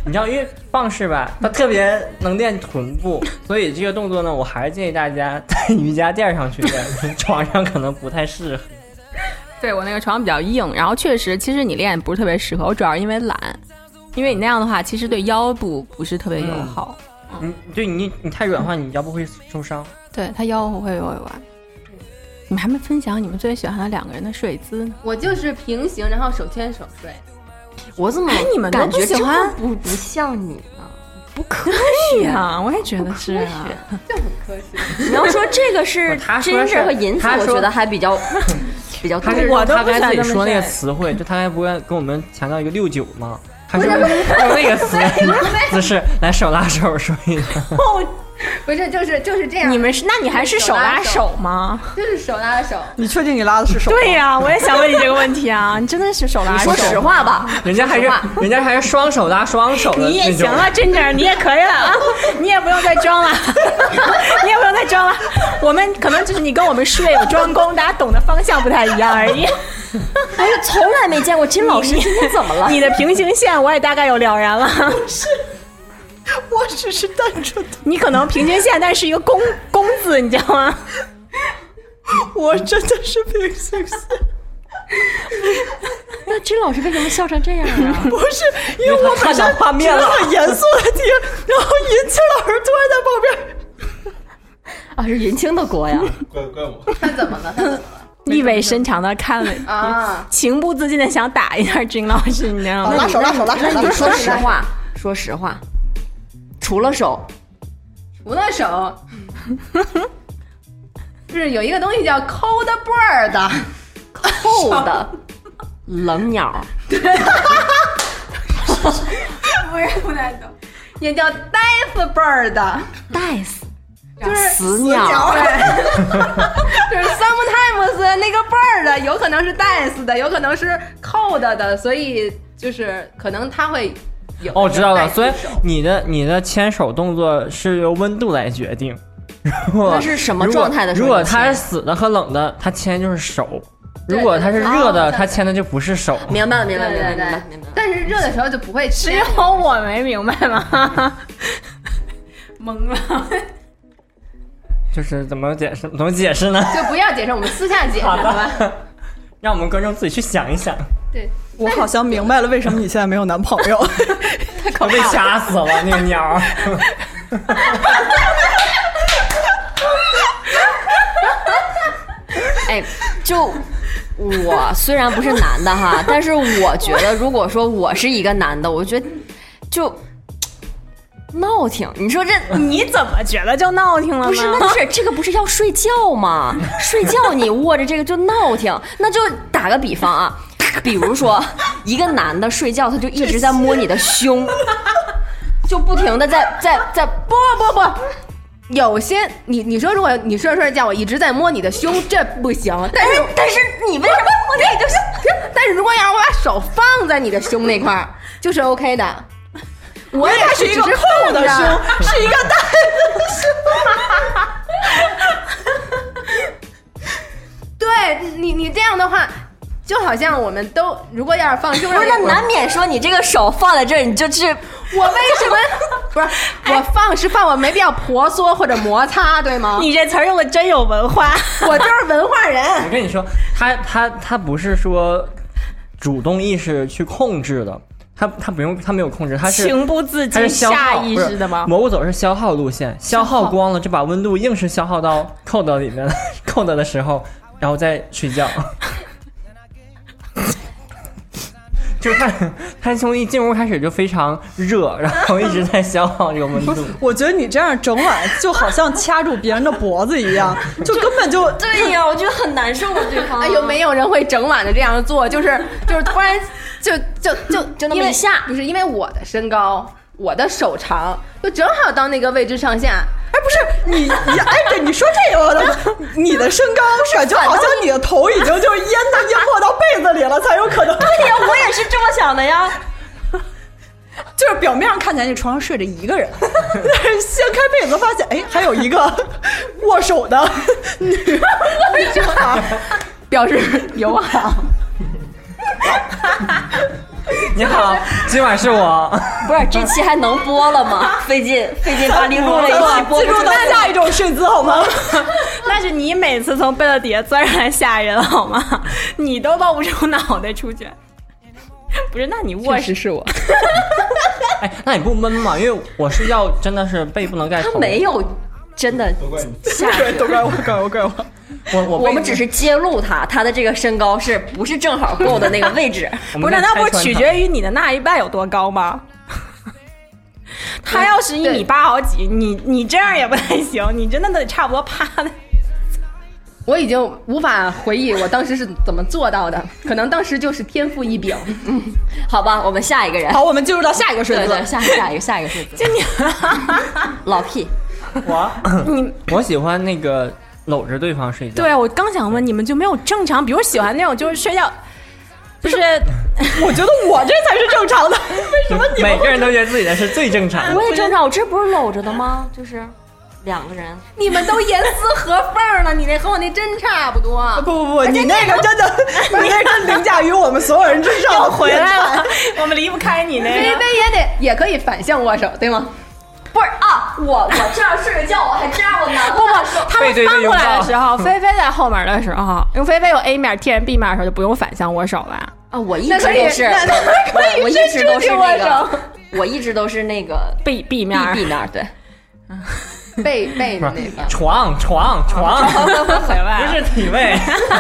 Speaker 6: 你知道，因为棒式吧，它特别能练臀部，所以这个动作呢，我还是建议大家在瑜伽垫上去练，床上可能不太适合。
Speaker 2: 对，我那个床比较硬，然后确实，其实你练不是特别适合，我主要是因为懒，因为你那样的话，其实对腰部不是特别友好。
Speaker 6: 嗯，嗯对你你太软的话，你腰部会受伤。
Speaker 2: 对，他腰会有弯。你们还没分享你们最喜欢的两个人的睡姿呢？
Speaker 5: 我就是平行，然后手牵手睡。
Speaker 4: 我怎么
Speaker 2: 哎你们都
Speaker 4: 感觉
Speaker 2: 不喜欢
Speaker 4: 这么不不像你呢？
Speaker 2: 不科学啊！我也觉得是啊。
Speaker 5: 就很科学。
Speaker 4: 你要说这个是
Speaker 6: 他说是
Speaker 4: 真是和银子，
Speaker 6: 他说
Speaker 4: 我觉得还比较比较
Speaker 6: 他是
Speaker 2: 我都
Speaker 6: 他刚才
Speaker 2: 不喜欢这么
Speaker 6: 自己说那个
Speaker 2: 睡
Speaker 6: 词汇，就他还不是跟我们强调一个六九吗？他是用那个词姿势来手拉手睡的。
Speaker 5: 不是，就是就是这样。
Speaker 2: 你们是？那你还是手拉手吗？
Speaker 5: 就是手拉着手。
Speaker 3: 你确定你拉的是手？
Speaker 2: 对呀、啊，我也想问你这个问题啊！你真的是手拉手？
Speaker 4: 说实话吧，
Speaker 6: 人家还是人家还是双手拉双手的那种。
Speaker 2: 你也行了，真真，你也可以了啊！你也不用再装了，你也不用再装了。我们可能就是你跟我们术业有专攻，大家懂的方向不太一样而已。
Speaker 4: 我是从来没见过金老师今天怎么了？
Speaker 2: 你的平行线我也大概有了然了。
Speaker 3: 是，我只是单纯的，
Speaker 2: 你可能平行线，但是一个工工字，你知道吗？
Speaker 3: 我真的是平行线。
Speaker 4: 那金老师为什么笑成这样啊？
Speaker 3: 不是，因为我
Speaker 6: 看到画面了，
Speaker 3: 很严肃的听，然后银青老师突然在旁边。
Speaker 4: 啊，是云清的锅呀！
Speaker 7: 怪怪我，
Speaker 5: 他怎么了？他怎么了？
Speaker 2: 意味深长的看了
Speaker 5: 啊，
Speaker 2: 情不自禁的想打一下金老师，你知道吗？
Speaker 3: 拉手拉手拉手拉手。
Speaker 4: 那你说实话，说实话，除了手，
Speaker 5: 除了手，就是有一个东西叫 cold bird，
Speaker 4: 扣的冷鸟，
Speaker 5: 不是不太懂，也叫 death bird，
Speaker 4: 带死，
Speaker 5: 就是
Speaker 4: 死鸟。
Speaker 5: 就是 sometimes 那个 bird 有可能是 death 的，有可能是 cold 的，所以就是可能它会有。
Speaker 6: 哦，我知道了，所以你的你的牵手动作是由温度来决定。如果
Speaker 4: 那是什么状态的时候
Speaker 6: 如果
Speaker 4: 你牵
Speaker 6: 它是死的和冷的，它牵就是手；如果它是热的，它牵的就不是手。
Speaker 4: 明白了，明白了，
Speaker 5: 对对对
Speaker 4: 明白了，明白了。
Speaker 5: 但是热的时候就不会
Speaker 2: 只
Speaker 5: 吃。
Speaker 2: 有我没明白吗？懵了。
Speaker 6: 就是怎么解释？怎么解释呢？
Speaker 5: 就不要解释，我们私下解释好吧？
Speaker 6: 让我们观众自己去想一想。
Speaker 5: 对，
Speaker 3: 我好像明白了为什么你现在没有男朋友。
Speaker 6: 我被掐死了，那个鸟。
Speaker 4: 哎，就我虽然不是男的哈，但是我觉得，如果说我是一个男的，我觉得就闹挺。你说这
Speaker 2: 你怎么觉得就闹挺了呢？
Speaker 4: 不是，那不是这个不是要睡觉吗？睡觉你握着这个就闹挺，那就打个比方啊，比如说一个男的睡觉，他就一直在摸你的胸，就不停的在在在
Speaker 5: 不不不。有些你你说如果你睡着睡着觉，我一直在摸你的胸，这不行。但是
Speaker 4: 但是你为什么摸你的胸？
Speaker 5: 但是如果要是我把手放在你的胸那块儿，就是 OK 的。我也
Speaker 3: 它是一个扣的胸，是一个带的
Speaker 5: 胸。对你你这样的话，就好像我们都如果要是放胸上，
Speaker 4: 不是，那难免说你这个手放在这儿，你就是
Speaker 5: 我为什么不是我放是放，我没必要婆娑或者摩擦，对吗？
Speaker 2: 你这词儿用的真有文化。
Speaker 5: 我就是文化人。
Speaker 6: 我跟你说，他他他不是说主动意识去控制的，他他不用，他没有控制，他是
Speaker 2: 情不自禁、
Speaker 6: 他是消耗
Speaker 2: 下意识的吗？
Speaker 6: 蘑菇走是消耗路线，消耗光了就把温度硬是消耗到扣的里面了，扣的的时候，然后再睡觉。就是他，他从一进屋开始就非常热，然后一直在消耗这个温度。
Speaker 3: 我觉得你这样整晚就好像掐住别人的脖子一样，就根本就
Speaker 4: 对呀，我觉得很难受啊，对方。
Speaker 5: 哎呦，没有人会整晚的这样做，就是就是突然就就就
Speaker 4: 就那么一下，
Speaker 5: 不是因为我的身高，我的手长，就正好到那个位置上下。
Speaker 3: 哎，不是你，你哎，对，你说这个的，你的身高是就好像你的头已经就是淹到淹没到被子里了，才有可能。
Speaker 4: 对呀，我也是这么想的呀。
Speaker 3: 就是表面上看起来你床上睡着一个人，但是掀开被子发现，哎，还有一个握手的女
Speaker 5: 握手表示友好。
Speaker 6: 你好，今晚是我。
Speaker 4: 不是这期还能播了吗？费劲费劲巴力录了一期播不出来。
Speaker 3: 下一种睡姿好吗？
Speaker 2: 那是你每次从被子底下钻上来吓人好吗？你都露不出脑袋出去。不是，那你卧室
Speaker 5: 是我。
Speaker 6: 哎，那你不闷吗？因为我睡觉真的是被不能盖头。
Speaker 4: 他没有真的下去，
Speaker 3: 都怪我，怪我，怪我。
Speaker 6: 我我
Speaker 4: 我们只是揭露他，他的这个身高是不是正好够的那个位置？
Speaker 2: 不是，那不是取决于你的那一半有多高吗？他要是一米八好几，你你这样也不太行，你真的得差不多趴的。
Speaker 5: 我已经无法回忆我当时是怎么做到的，可能当时就是天赋异禀。
Speaker 4: 嗯，好吧，我们下一个人。
Speaker 3: 好，我们进入到下一个睡姿。
Speaker 4: 对对，下下一个下一个睡姿。
Speaker 2: 就你
Speaker 4: 老屁，
Speaker 6: 我你我喜欢那个搂着对方睡觉。
Speaker 2: 对啊，我刚想问你们就没有正常，比如喜欢那种就是睡觉，就是
Speaker 3: 我觉得我这才是正常的，为什么你们
Speaker 6: 每个人都觉得自己的是最正常的？
Speaker 4: 我也正常，我这不是搂着的吗？就是两个人，
Speaker 5: 你们都严丝合缝了，你那和我那真差不多。
Speaker 3: 不不不，你那个真的，你那个凌驾于我们所有人之上。
Speaker 2: 回来了，我们离不开你那
Speaker 5: 菲
Speaker 2: 个。
Speaker 5: 菲也得也可以反向握手，对吗？
Speaker 4: 不是啊，我我这样睡着觉，我还这样，我难
Speaker 2: 不不，他们翻过来的时候，菲菲在后面的时候，因为菲菲有 A 面贴人 B 面的时候，就不用反向握手了。
Speaker 4: 啊，我一直都是，我我一直都是那个，我一直都是那个
Speaker 2: B B 面
Speaker 4: B B 面，对。
Speaker 5: 背背的那个
Speaker 6: 床床床，
Speaker 2: 回来
Speaker 6: 不是体位。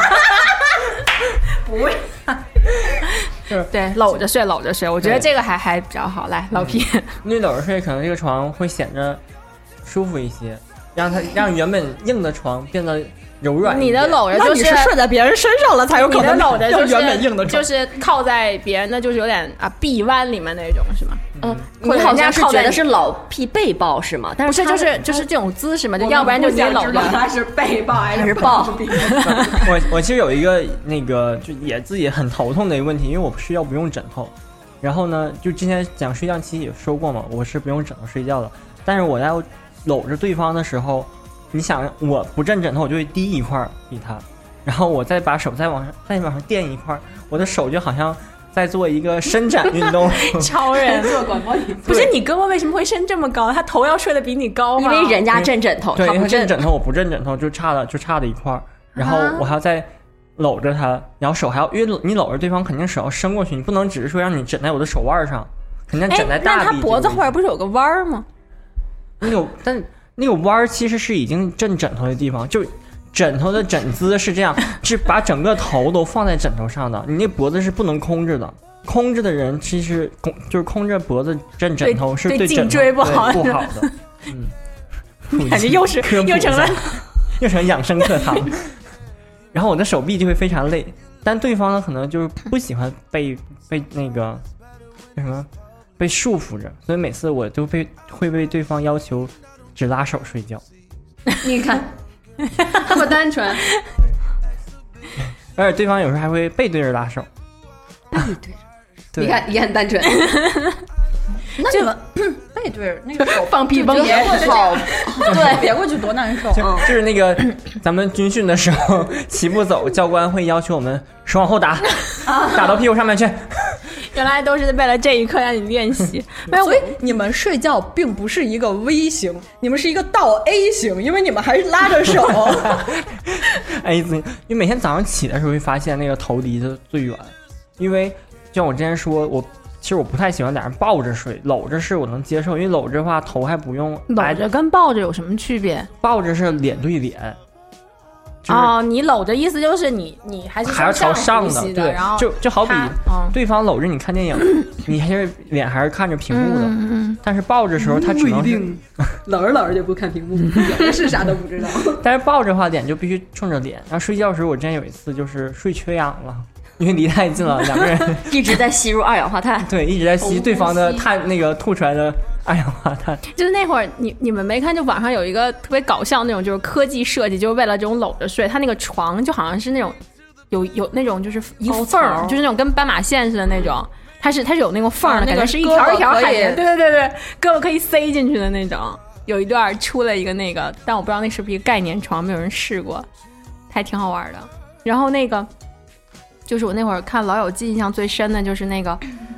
Speaker 2: 不会。对，搂着睡，搂着睡，我觉得这个还还比较好。来，老皮，
Speaker 6: 你搂着睡，可能这个床会显得舒服一些，让它让原本硬的床变得柔软一点。
Speaker 2: 你的搂着
Speaker 3: 那你
Speaker 2: 就是
Speaker 3: 是睡在别人身上了才有可能
Speaker 2: 你的搂着就是
Speaker 3: 原本硬的床，
Speaker 2: 就是靠在别人的，就是有点啊臂弯里面那种，是吗？
Speaker 4: 嗯，
Speaker 2: 或者
Speaker 4: 你好像是
Speaker 2: 人家靠在
Speaker 4: 觉得是老屁背抱是吗？但
Speaker 2: 不是，
Speaker 4: 是他
Speaker 2: 就是就是这种姿势嘛，就要不然就你搂着。
Speaker 3: 他是背抱还
Speaker 4: 还是抱？
Speaker 6: 我我其实有一个那个就也自己很头痛的一个问题，因为我睡觉不用枕头，然后呢，就之前讲睡觉期也说过嘛，我是不用枕头睡觉的，但是我在搂着对方的时候，你想我不枕枕头，我就会低一块比他，然后我再把手再往上再往上垫一块，我的手就好像在做一个伸展运动。
Speaker 2: 超人
Speaker 5: 做广播体操。
Speaker 2: 不是你胳膊为什么会伸这么高？他头要睡得比你高吗？
Speaker 4: 因为人家枕枕头，
Speaker 6: 对，因为
Speaker 4: 他不枕
Speaker 6: 枕头我不枕枕头，就差了就差了一块，然后我还要再搂着他，然后手还要，因为你搂着对方肯定手要伸过去，你不能只是说让你枕在我的手腕上，肯定枕在大
Speaker 2: 那他
Speaker 6: 臂。
Speaker 2: 脖子后边不是有个弯儿吗？
Speaker 6: 那个，但那个弯儿其实是已经枕枕头的地方，就枕头的枕姿是这样，是把整个头都放在枕头上的，你那脖子是不能空着的。空着的人其实空就是空着脖子枕枕头是对
Speaker 2: 颈椎不好
Speaker 6: 不好的。嗯，
Speaker 2: 感觉又是又成了
Speaker 6: 又成了养生课堂。然后我的手臂就会非常累，但对方呢可能就是不喜欢被被那个叫什么被束缚着，所以每次我就被会被对方要求只拉手睡觉。
Speaker 5: 你看，这么单纯。
Speaker 6: 而且对方有时候还会背对着拉手。
Speaker 5: 背对着，你看也很单纯。
Speaker 3: 那你们背对着那个手
Speaker 5: 放屁崩也
Speaker 3: 好，对，别过去多难受。
Speaker 6: 就就是那个咱们军训的时候，齐步走，教官会要求我们手往后打，打到屁股上面去。
Speaker 2: 原来都是为了这一刻让你练习。没有，
Speaker 3: 所以你们睡觉并不是一个 V 型，你们是一个倒 A 型，因为你们还是拉着手。
Speaker 6: A 字，因为每天早上起的时候会发现那个头离得最远，因为就像我之前说，我其实我不太喜欢俩人抱着睡，搂着是我能接受，因为搂着的话头还不用。
Speaker 2: 搂着跟抱着有什么区别？
Speaker 6: 抱着是脸对脸。就是、
Speaker 2: 哦，你搂着意思就是你你还是
Speaker 6: 还要朝上
Speaker 2: 的，
Speaker 6: 对，
Speaker 2: 然后
Speaker 6: 就就好比对方搂着你看电影，
Speaker 2: 嗯、
Speaker 6: 你还是脸还是看着屏幕的，
Speaker 2: 嗯嗯、
Speaker 6: 但是抱着的时候他只能是
Speaker 5: 搂着搂着就不看屏幕，有的是啥都不知道。
Speaker 6: 但是抱着的话脸就必须冲着脸，然后睡觉的时候我之前有一次就是睡缺氧了。因为离太近了，两个人
Speaker 4: 一直在吸入二氧化碳，
Speaker 6: 对，一直在吸对方的碳，那个吐出来的二氧化碳。
Speaker 2: 就是那会儿，你你们没看，就网上有一个特别搞笑那种，就是科技设计，就是为了这种搂着睡，它那个床就好像是那种有有那种就是一个缝儿，就是那种跟斑马线似的那种，它是它是有那种缝儿的，感觉是一条一条海绵，对对对对，胳膊可以塞进去的那种。有一段出了一个那个，但我不知道那是不是一个概念床，没有人试过，还挺好玩的。然后那个。就是我那会儿看《老友记》印象最深的就是那个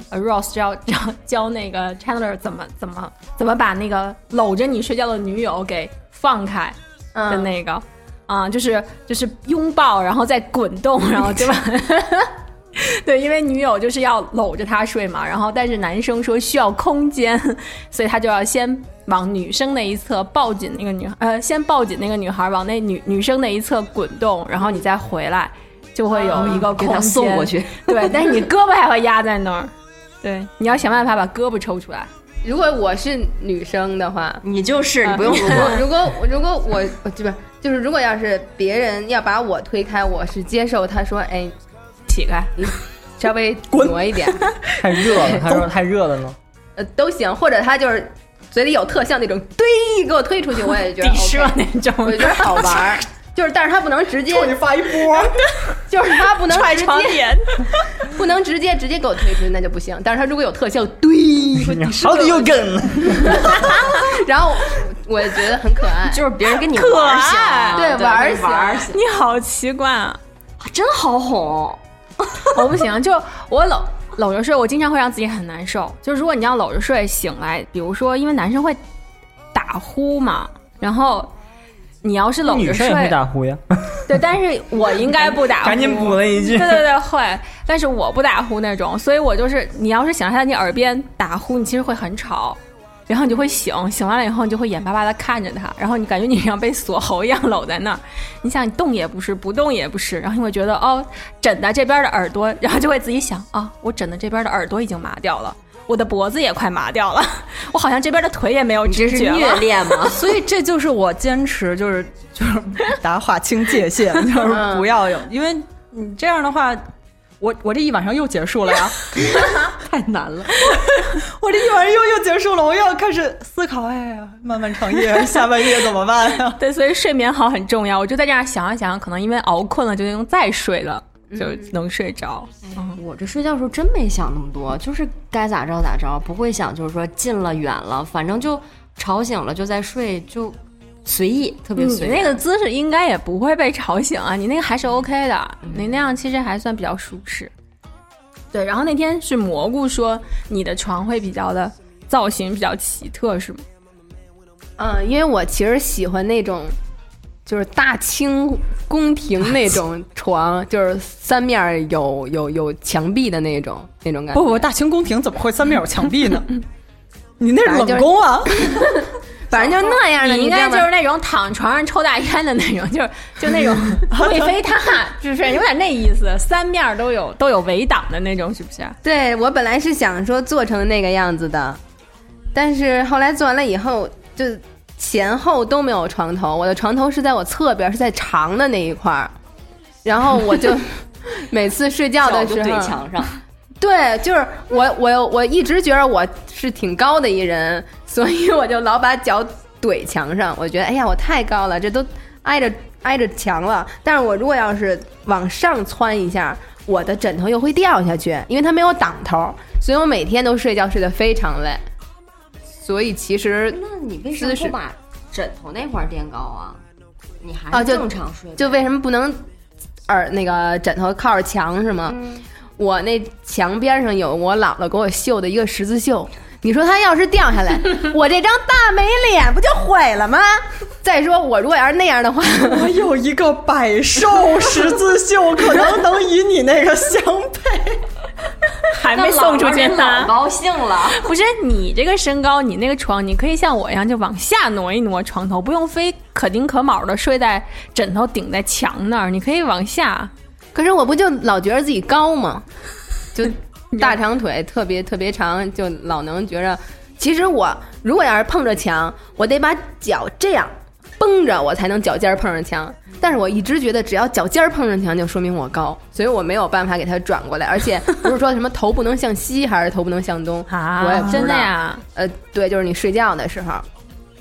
Speaker 2: 呃 Ross 教教教那个 Chandler 怎么怎么怎么把那个搂着你睡觉的女友给放开的那个，啊、嗯嗯，就是就是拥抱，然后再滚动，然后对吧？对，因为女友就是要搂着他睡嘛，然后但是男生说需要空间，所以他就要先往女生那一侧抱紧那个女呃，先抱紧那个女孩，往那女女生那一侧滚动，然后你再回来，就会有一个空间、嗯、给他
Speaker 4: 送过去。
Speaker 2: 对，但是你胳膊还会压在那儿，对，你要想办法把胳膊抽出来。
Speaker 5: 如果我是女生的话，
Speaker 4: 你就是你不用
Speaker 5: 如果如果如果我我这边就是如果要是别人要把我推开，我是接受他说哎。
Speaker 2: 起开，
Speaker 5: 你稍微挪一点，
Speaker 6: 太热了。他说太热了呢，
Speaker 5: 呃，都行，或者他就是嘴里有特效那种，对，给我推出去，我也觉得
Speaker 2: 抵射那种，
Speaker 5: 我觉得好玩。就是，但是他不能直接
Speaker 3: 冲你发一波，
Speaker 5: 就是他不能
Speaker 2: 踹
Speaker 5: 直接，
Speaker 2: 床帘
Speaker 5: 不能直接直接给我推出去，那就不行。但是他如果有特效，对，
Speaker 6: 好的又梗，
Speaker 5: 然后我也觉得很可爱，
Speaker 4: 就是别人跟你
Speaker 2: 玩
Speaker 4: 型，
Speaker 5: 对，
Speaker 4: 对
Speaker 5: 玩
Speaker 4: 玩
Speaker 2: 型，你好奇怪啊，
Speaker 4: 真好哄。
Speaker 2: 我不行，就我搂搂着睡，我经常会让自己很难受。就如果你要搂着睡醒来，比如说因为男生会打呼嘛，然后你要是搂着睡，
Speaker 6: 女生也会打呼呀。
Speaker 2: 对，但是我应该不打呼。
Speaker 6: 赶紧补了一句。
Speaker 2: 对对对，会，但是我不打呼那种，所以我就是你要是想在你耳边打呼，你其实会很吵。然后你就会醒，醒完了以后你就会眼巴巴的看着他，然后你感觉你像被锁喉一样搂在那儿，你想你动也不是，不动也不是，然后你会觉得哦，枕的这边的耳朵，然后就会自己想啊、哦，我枕的这边的耳朵已经麻掉了，我的脖子也快麻掉了，我好像这边的腿也没有知觉了。
Speaker 4: 这是虐恋吗？
Speaker 3: 所以这就是我坚持，就是就是大家划清界限，就是不要有，因为你这样的话。我我这一晚上又结束了呀，太难了。我这一晚上又又结束了，我又要开始思考，哎呀，漫漫长夜，下半夜怎么办呀？
Speaker 2: 对，所以睡眠好很重要。我就在这样想一想，可能因为熬困了，就用再睡了，就能睡着。
Speaker 4: 嗯，我这睡觉的时候真没想那么多，就是该咋着咋着，不会想就是说近了远了，反正就吵醒了就在睡就。随意，特别随意。
Speaker 2: 你那个姿势应该也不会被吵醒啊，你那个还是 OK 的，嗯、你那样其实还算比较舒适。对，然后那天是蘑菇说你的床会比较的造型比较奇特，是吗？
Speaker 5: 嗯，因为我其实喜欢那种就是大清宫廷那种床，就是三面有有有墙壁的那种那种感觉。
Speaker 3: 不不，大清宫廷怎么会三面有墙壁呢？你那是冷宫啊。
Speaker 5: 反正就那样的，
Speaker 2: 你应该就是那种躺床上抽大烟的那种，就是就那种贵妃榻，就是有点那意思，三面都有都有围挡的那种，是不是？
Speaker 5: 对，我本来是想说做成那个样子的，但是后来做完了以后，就前后都没有床头，我的床头是在我侧边，是在长的那一块，然后我就每次睡觉的时候
Speaker 4: 对墙上。
Speaker 5: 对，就是我我我一直觉得我是挺高的一人，所以我就老把脚怼墙上。我觉得哎呀，我太高了，这都挨着挨着墙了。但是我如果要是往上窜一下，我的枕头又会掉下去，因为它没有挡头，所以我每天都睡觉睡得非常累。所以其实
Speaker 4: 那你为什么不把枕头那块垫高啊？你还
Speaker 5: 是
Speaker 4: 正常睡、
Speaker 5: 啊、就, 就为什么不能耳那个枕头靠着墙是吗？嗯，我那墙边上有我姥姥给我绣的一个十字绣，你说它要是掉下来，我这张大美脸不就毁了吗？再说我如果要是那样的话，
Speaker 3: 我有一个百寿十字绣，可能能与你那个相配。
Speaker 2: 还没送出去呢，
Speaker 4: 老高兴了。
Speaker 2: 不是你这个身高，你那个床，你可以像我一样就往下挪一挪床头，不用非可丁可卯的睡在枕头顶在墙那儿，你可以往下。
Speaker 5: 可是我不就老觉得自己高吗？就大长腿特别特别长，就老能觉着。其实我如果要是碰着墙，我得把脚这样绷着，我才能脚尖碰上墙。但是我一直觉得只要脚尖碰上墙就说明我高，所以我没有办法给它转过来。而且不是说什么头不能向西还是头不能向东
Speaker 2: 啊？
Speaker 5: 我也不知道
Speaker 2: 真的呀？
Speaker 5: 呃，对，就是你睡觉的时候。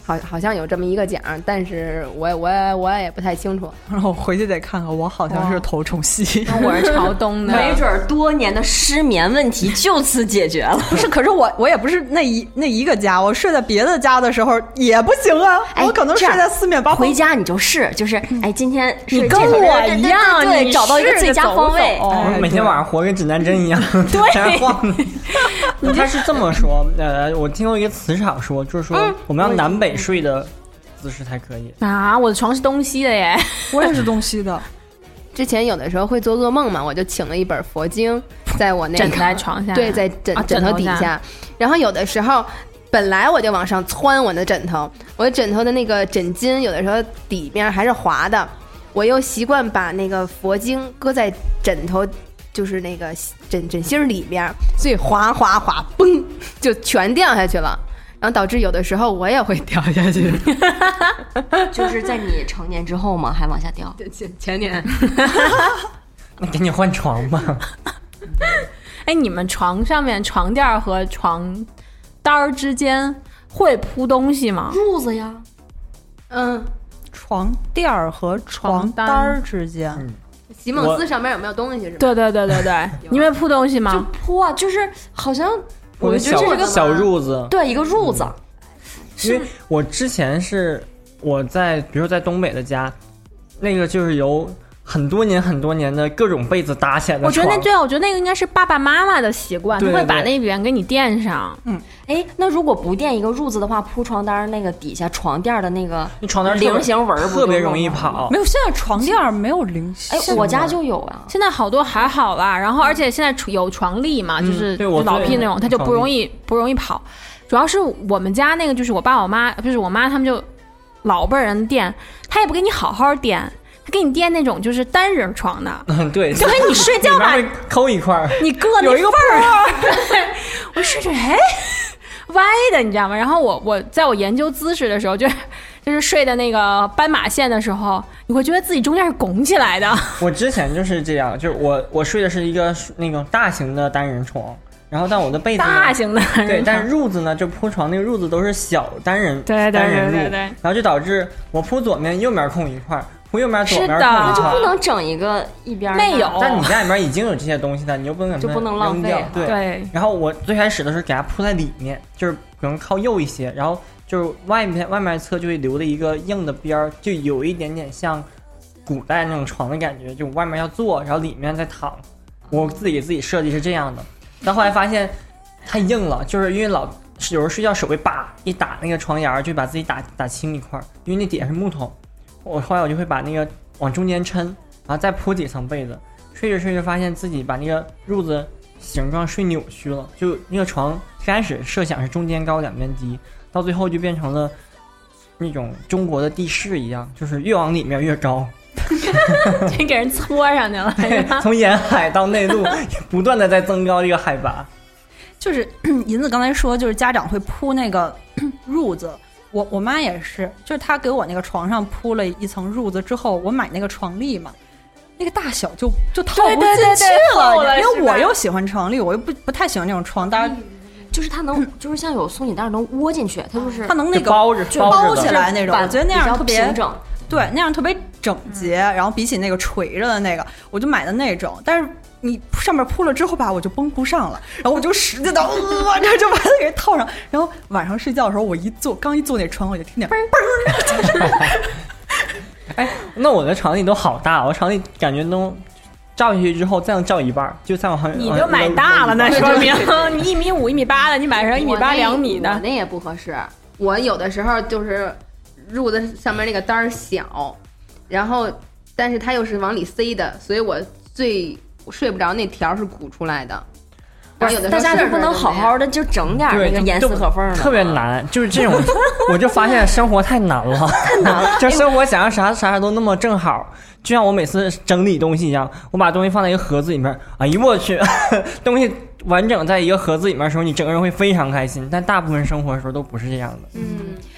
Speaker 7: 好好像有这么一个奖，但是我我也我也不太清楚。
Speaker 3: 然后我回去得看看，我好像是头重西。
Speaker 2: 我是朝东的，
Speaker 4: 没准儿多年的失眠问题就此解决了。
Speaker 3: 不是，可是我我也不是那一那一个家，我睡在别的家的时候也不行啊，
Speaker 4: 哎
Speaker 3: 我可能睡在四面八方。
Speaker 4: 回家你就是就是，哎，今天
Speaker 2: 你跟我一样，
Speaker 4: 对对对，
Speaker 2: 你
Speaker 4: 找到一个最佳方位。
Speaker 3: 哎
Speaker 6: 每天晚上活跟指南针一样，
Speaker 2: 对
Speaker 6: 在晃。他是这么说，呃，我听过一个磁场说，就是说我们要南北睡的姿势才可以。
Speaker 2: 啊，我的床是东西的耶。
Speaker 3: 我也是东西的。
Speaker 7: 之前有的时候会做噩梦嘛，我就请了一本佛经，在我那个
Speaker 2: 枕在床下，
Speaker 7: 对，在枕、
Speaker 2: 啊
Speaker 7: 枕头底
Speaker 2: 枕头
Speaker 7: 下。然后有的时候，本来我就往上窜我的枕头，我的枕头的那个枕巾有的时候底面还是滑的，我又习惯把那个佛经搁在枕头，就是那个枕枕芯儿里面，所以滑滑滑，嘣就全掉下去了。然后导致有的时候我也会掉下去。
Speaker 4: 就是在你成年之后嘛，还往下掉。
Speaker 7: 前前年，
Speaker 6: 那给你换床吧。
Speaker 2: 哎，你们床上面床垫和床单儿之间会铺东西吗？
Speaker 4: 褥子呀，
Speaker 7: 嗯，
Speaker 3: 床垫儿和床单儿之间，
Speaker 7: 席梦思上面有没有东西是吧？
Speaker 2: 对对对对对，你会铺东西
Speaker 4: 就
Speaker 2: 吗？
Speaker 4: 铺啊，就是好像
Speaker 6: 我的
Speaker 4: 觉得这是个
Speaker 6: 小褥子，
Speaker 4: 对一个褥子。
Speaker 6: 因为我之前是我在，比如说在东北的家，那个就是由很多年很多年的各种被子搭起来的床。
Speaker 2: 我觉得那对，我觉得那个应该是爸爸妈妈的习惯，
Speaker 6: 对对
Speaker 2: 他会把
Speaker 6: 对
Speaker 2: 那边给你垫上。
Speaker 3: 嗯，
Speaker 4: 哎，那如果不垫一个褥子的话，铺床单那个底下床垫的那个
Speaker 6: 那床单特别
Speaker 4: 菱形纹儿不就
Speaker 6: 特别容易
Speaker 4: 弄了吗。
Speaker 6: 跑。
Speaker 3: 没有，现在床垫儿没有零
Speaker 4: 哎，
Speaker 3: 星。
Speaker 4: 我家就有啊。
Speaker 2: 现在好多还好啦，然后而且现在有床笠嘛，
Speaker 6: 嗯
Speaker 2: 就是
Speaker 6: 对我
Speaker 2: 老坯那种，
Speaker 6: 对
Speaker 2: 它就不容易不容易跑。主要是我们家那个，就是我爸我妈，就是我妈他们就老辈人垫，他也不给你好好垫，他给你垫那种就是单人床的，
Speaker 6: 嗯，对，
Speaker 2: 就跟你睡觉吧，
Speaker 6: 里面会抠一块儿，
Speaker 2: 你硌那
Speaker 6: 有一个
Speaker 2: 缝儿，我睡着哎，歪的，你知道吗？然后我我在我研究姿势的时候，就是就是睡的那个斑马线的时候，你会觉得自己中间是拱起来的。
Speaker 6: 我之前就是这样，就是我我睡的是一个那种大型的单人床，然后但我的被子呢
Speaker 2: 大型的单人
Speaker 6: 对，
Speaker 2: 床
Speaker 6: 但是褥子呢，就铺床那个褥子都是小单人
Speaker 2: 对对对
Speaker 6: 单人褥，
Speaker 2: 对对对
Speaker 6: 然后就导致我铺左面右面空一块儿，铺右面左面空一
Speaker 2: 是的
Speaker 6: 块儿，
Speaker 4: 就不能整一个一边儿的
Speaker 2: 没有
Speaker 6: 但你家里面已经有这些东西的，你又不能
Speaker 4: 就不能浪费
Speaker 6: 扔掉对。
Speaker 2: 对，
Speaker 6: 然后我最开始的时候给它铺在里面，就是可能靠右一些，然后就是外面外面侧就会留了一个硬的边儿，就有一点点像古代那种床的感觉，就外面要坐，然后里面再躺。我自己给自己设计是这样的，但后来发现太硬了，就是因为老有时候睡觉手会叭一打那个床沿儿，就把自己打打青一块儿，因为那底下是木头。我后来我就会把那个往中间抻，然后再铺几层被子，睡着睡着发现自己把那个褥子形状睡扭曲了，就那个床开始设想是中间高两边低，到最后就变成了那种中国的地势一样，就是越往里面越高。
Speaker 2: 就给人搓上去了。
Speaker 6: 对，从沿海到内陆，不断的在增高这个海拔。
Speaker 3: 就是银子刚才说，就是家长会铺那个褥子。我我妈也是，就是她给我那个床上铺了一层褥子之后，我买那个床笠嘛，那个大小就就套不进
Speaker 2: 对对对
Speaker 3: 去
Speaker 2: 对厚了
Speaker 3: 因为
Speaker 2: 是吧
Speaker 3: 我又喜欢床笠，我又不不太喜欢那种床单，
Speaker 4: 就是它能，就是像有松紧带能窝进去，它就是
Speaker 3: 它能那个
Speaker 6: 就包着
Speaker 3: 就
Speaker 6: 包着
Speaker 3: 包
Speaker 6: 的
Speaker 3: 起来那种，我觉得那样特别
Speaker 4: 平整。
Speaker 3: 对，那样特别整洁，然后比起那个垂着的那个，我就买的那种。但是你上面铺了之后吧，我就绷不上了，然后我就使劲的，呃，这就把它给套上。然后晚上睡觉的时候，我一坐，刚一坐那床，我就听见嘣儿。
Speaker 6: 哎，那我的床笠都好大，我床笠感觉都罩下去之后再能罩一半，就再往上。
Speaker 2: 你就买大了，那说明你一米五、一米八的，你买成一米八、两米的，
Speaker 7: 我那也不合适。我有的时候就是褥子上面那个单儿小，然后但是它又是往里塞的，所以我最睡不着那条是鼓出来的。然后有的时候
Speaker 4: 大家就不能好好
Speaker 7: 的。
Speaker 4: 的就整点
Speaker 6: 对
Speaker 4: 那个严丝合缝的，
Speaker 6: 特别难，就是这种，我就发现生活太难了，太
Speaker 4: 难了
Speaker 6: 就生活想要啥啥啥都那么正好，就像我每次整理东西一样，我把东西放在一个盒子里面，哎呦我去，东西完整在一个盒子里面的时候，你整个人会非常开心，但大部分生活的时候都不是这样的。
Speaker 7: 嗯，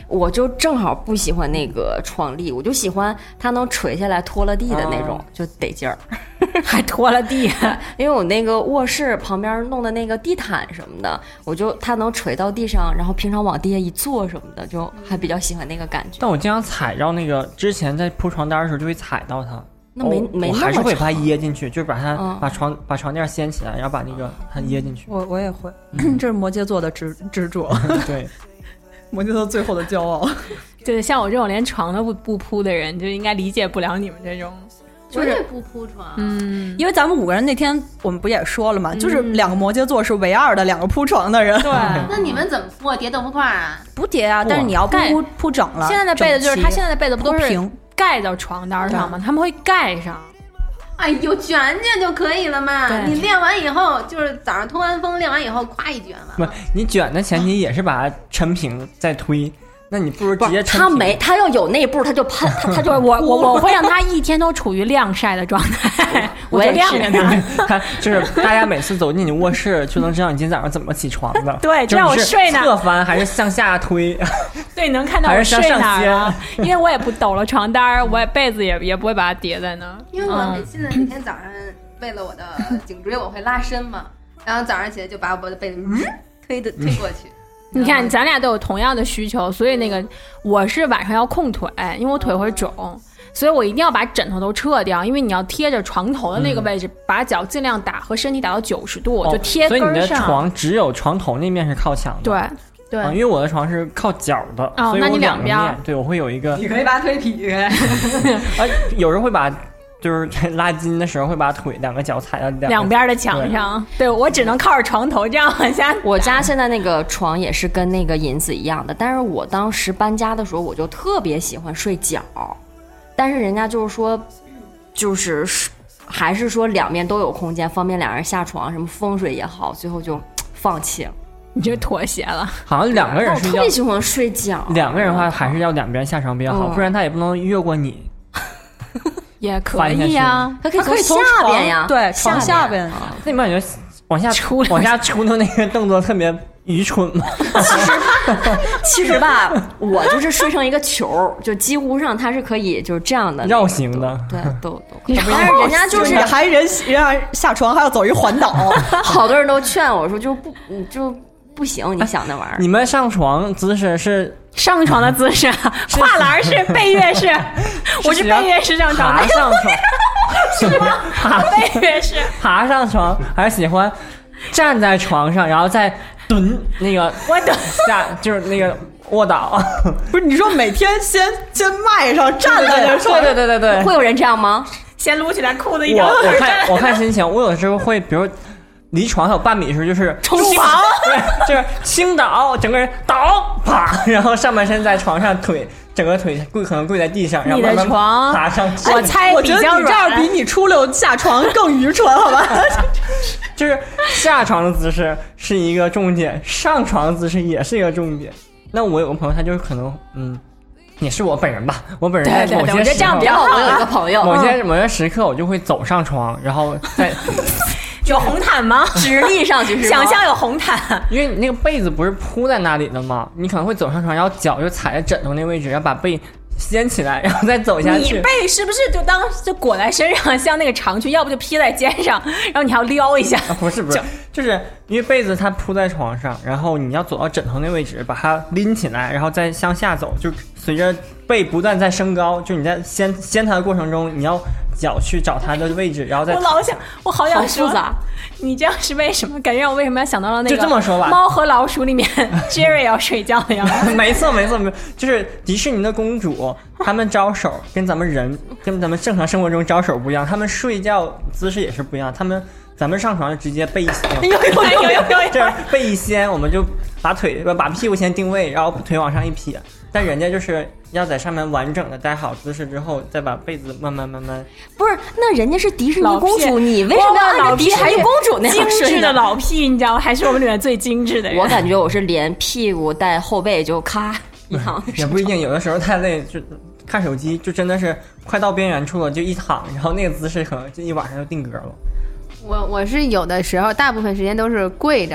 Speaker 4: 我就正好不喜欢那个床笠，我就喜欢它能垂下来拖了地的那种，
Speaker 6: 哦、
Speaker 4: 就得劲儿。
Speaker 2: 还拖了地，
Speaker 4: 因为我那个卧室旁边弄的那个地毯什么的，我就它能垂到地上，然后平常往地下一坐什么的，就还比较喜欢那个感觉。
Speaker 6: 但我经常踩到那个，之前在铺床单的时候就会踩到它。
Speaker 4: 那没、哦、没那么
Speaker 6: 我还是会把它掖进去，就是把它、
Speaker 4: 嗯、
Speaker 6: 把床把床垫掀起来，然后把那个它掖进去。
Speaker 3: 我我也会，嗯、这是摩羯座的执执着。
Speaker 6: 对，
Speaker 3: 摩羯座最后的骄傲。
Speaker 2: 对，像我这种连床都不不铺的人，就应该理解不了你们这种。
Speaker 5: 就是我也不铺床，
Speaker 2: 嗯，
Speaker 3: 因为咱们五个人那天我们不也说了吗？嗯、就是两个摩羯座是唯二的两个铺床的人。
Speaker 2: 对，
Speaker 5: 那你们怎么铺？叠豆腐块啊？
Speaker 3: 不叠啊，但是你要铺铺铺整了。
Speaker 2: 现在的被子就是他现在的被子不都是
Speaker 3: 平
Speaker 2: 盖到床单上吗？他们会盖上。
Speaker 5: 哎呦，卷卷就可以了嘛！你练完以后，就是早上通完风，练完以后，咵一卷完。
Speaker 6: 不，你卷的前提也是把它抻平再推。那你不如直接抻平。
Speaker 4: 他没，他要有那步，他就喷，他他就
Speaker 2: 我我我会让他一天都处于晾晒的状态，我就晾着他。
Speaker 6: 他就是大家每次走进你卧室，就能知道你今天早上怎么起床的。
Speaker 2: 对，知道我睡哪，
Speaker 6: 侧翻还是向下推？
Speaker 2: 对，能看到我睡哪了。因为我也不抖了床单，我也被子也也不会把它叠在那。
Speaker 5: 因为我每次每天早上为了我的颈椎，我会拉伸嘛，然后早上起来就把我的被子推的推过去。
Speaker 2: 你看，咱俩都有同样的需求，所以那个我是晚上要控腿，因为我腿会肿，所以我一定要把枕头都撤掉，因为你要贴着床头的那个位置，嗯、把脚尽量打和身体打到九十度，
Speaker 6: 哦、
Speaker 2: 就贴根上。
Speaker 6: 所以你的床只有床头那面是靠墙的。
Speaker 2: 对对、
Speaker 6: 啊，因为我的床是靠脚的，
Speaker 2: 哦、
Speaker 6: 所以我两
Speaker 2: 边
Speaker 6: 面，对我会有一个。
Speaker 3: 你可以把腿劈开。
Speaker 6: 啊，有人会把。就是拉筋的时候会把腿两个脚踩到两
Speaker 2: 两边的墙上，对, 对我只能靠着床头这样往下。
Speaker 4: 我家现在那个床也是跟那个银子一样的，但是我当时搬家的时候我就特别喜欢睡脚，但是人家就是说，就是还是说两面都有空间，方便两人下床，什么风水也好，最后就放弃了。
Speaker 2: 你就妥协了？
Speaker 6: 好像两个人睡觉，
Speaker 4: 我特别喜欢睡觉。
Speaker 6: 两个人的话还是要两边下床比较好，嗯、不然他也不能越过你。
Speaker 2: 也可以呀，
Speaker 4: 它可以从下边呀，
Speaker 3: 对，床下边。
Speaker 6: 那你们感觉往下出往下出的那个动作特别愚蠢吗？
Speaker 4: 其实其实吧，我就是睡成一个球，就几乎上它是可以就是这样的
Speaker 6: 绕行的，
Speaker 4: 对，都都。但是人家就是
Speaker 3: 还人让下床还要走一环岛，
Speaker 4: 好多人都劝我说就不就不行，你想那玩意儿。
Speaker 6: 你们上床姿势是？
Speaker 2: 上床的姿势，跨栏式、背跃式，我是背跃式上床的。
Speaker 6: 爬上床
Speaker 2: 是吗？爬背跃式，
Speaker 6: 爬上床，还是喜欢站在床上，然后再蹲那个
Speaker 2: 我蹲
Speaker 6: 下，就是那个卧倒。
Speaker 3: 不是你说每天先先迈上站在那
Speaker 6: 床，对对对对对，
Speaker 4: 会有人这样吗？
Speaker 2: 先撸起来裤子一条。
Speaker 6: 我我看我看心情，我有的时候会，比如。离床还有半米的时候，就是
Speaker 2: 冲床，
Speaker 6: 对，就是倾倒，整个人倒，啪，然后上半身在床上，腿整个腿跪，可能跪在地上，然后慢慢爬上去。
Speaker 2: 我猜
Speaker 3: 我觉得你这样比你出溜下床更愚蠢，好吧？
Speaker 6: 就是下床的姿势是一个重点，上床的姿势也是一个重点。那我有个朋友，他就是可能，嗯，也是我本人吧，我本人在某些时候，
Speaker 4: 比较好。我有一个朋友，
Speaker 6: 某些某些时刻，我就会走上床，然后再。
Speaker 2: 有红毯吗？
Speaker 4: 直立上去是吗？
Speaker 2: 想象有红毯，
Speaker 6: 因为你那个被子不是铺在那里的吗？你可能会走上床，然后脚就踩在枕头那位置，然后把被掀起来，然后再走下去。
Speaker 2: 你被是不是就当就裹在身上，像那个长裙，要不就披在肩上，然后你还要撩一下？
Speaker 6: 啊、不是不是，就是因为被子它铺在床上，然后你要走到枕头那位置，把它拎起来，然后再向下走，就随着被不断在升高，就你在掀掀它的过程中，你要。脚去找它的位置，然后再。
Speaker 2: 我老想，我好想说，
Speaker 4: 复杂。
Speaker 2: 你这样是为什么？感觉让我为什么要想到了那个？
Speaker 6: 就这么说吧，
Speaker 2: 猫和老鼠里面 Jerry 要睡觉的样子。
Speaker 6: 没错，没错，没错，就是迪士尼的公主，他们招手跟咱们人跟咱们正常生活中招手不一样，他们睡觉姿势也是不一样。他们咱们上床就直接背一掀，
Speaker 2: 有有有有有，
Speaker 6: 这样背一掀，我们就把腿把屁股先定位，然后腿往上一撇。但人家就是要在上面完整的待好姿势之后，再把被子慢慢慢慢。
Speaker 4: 不是，那人家是迪士尼公主，你为什么要按照迪士尼公主那样
Speaker 2: 精致的老屁？你知道吗？还是我们里面最精致的人。
Speaker 4: 我感觉我是连屁股带后背就咔一躺。
Speaker 6: 也不一定，有的时候太累就看手机，就真的是快到边缘处了就一躺，然后那个姿势可能就一晚上就定格了。
Speaker 7: 我我是有的时候大部分时间都是跪着。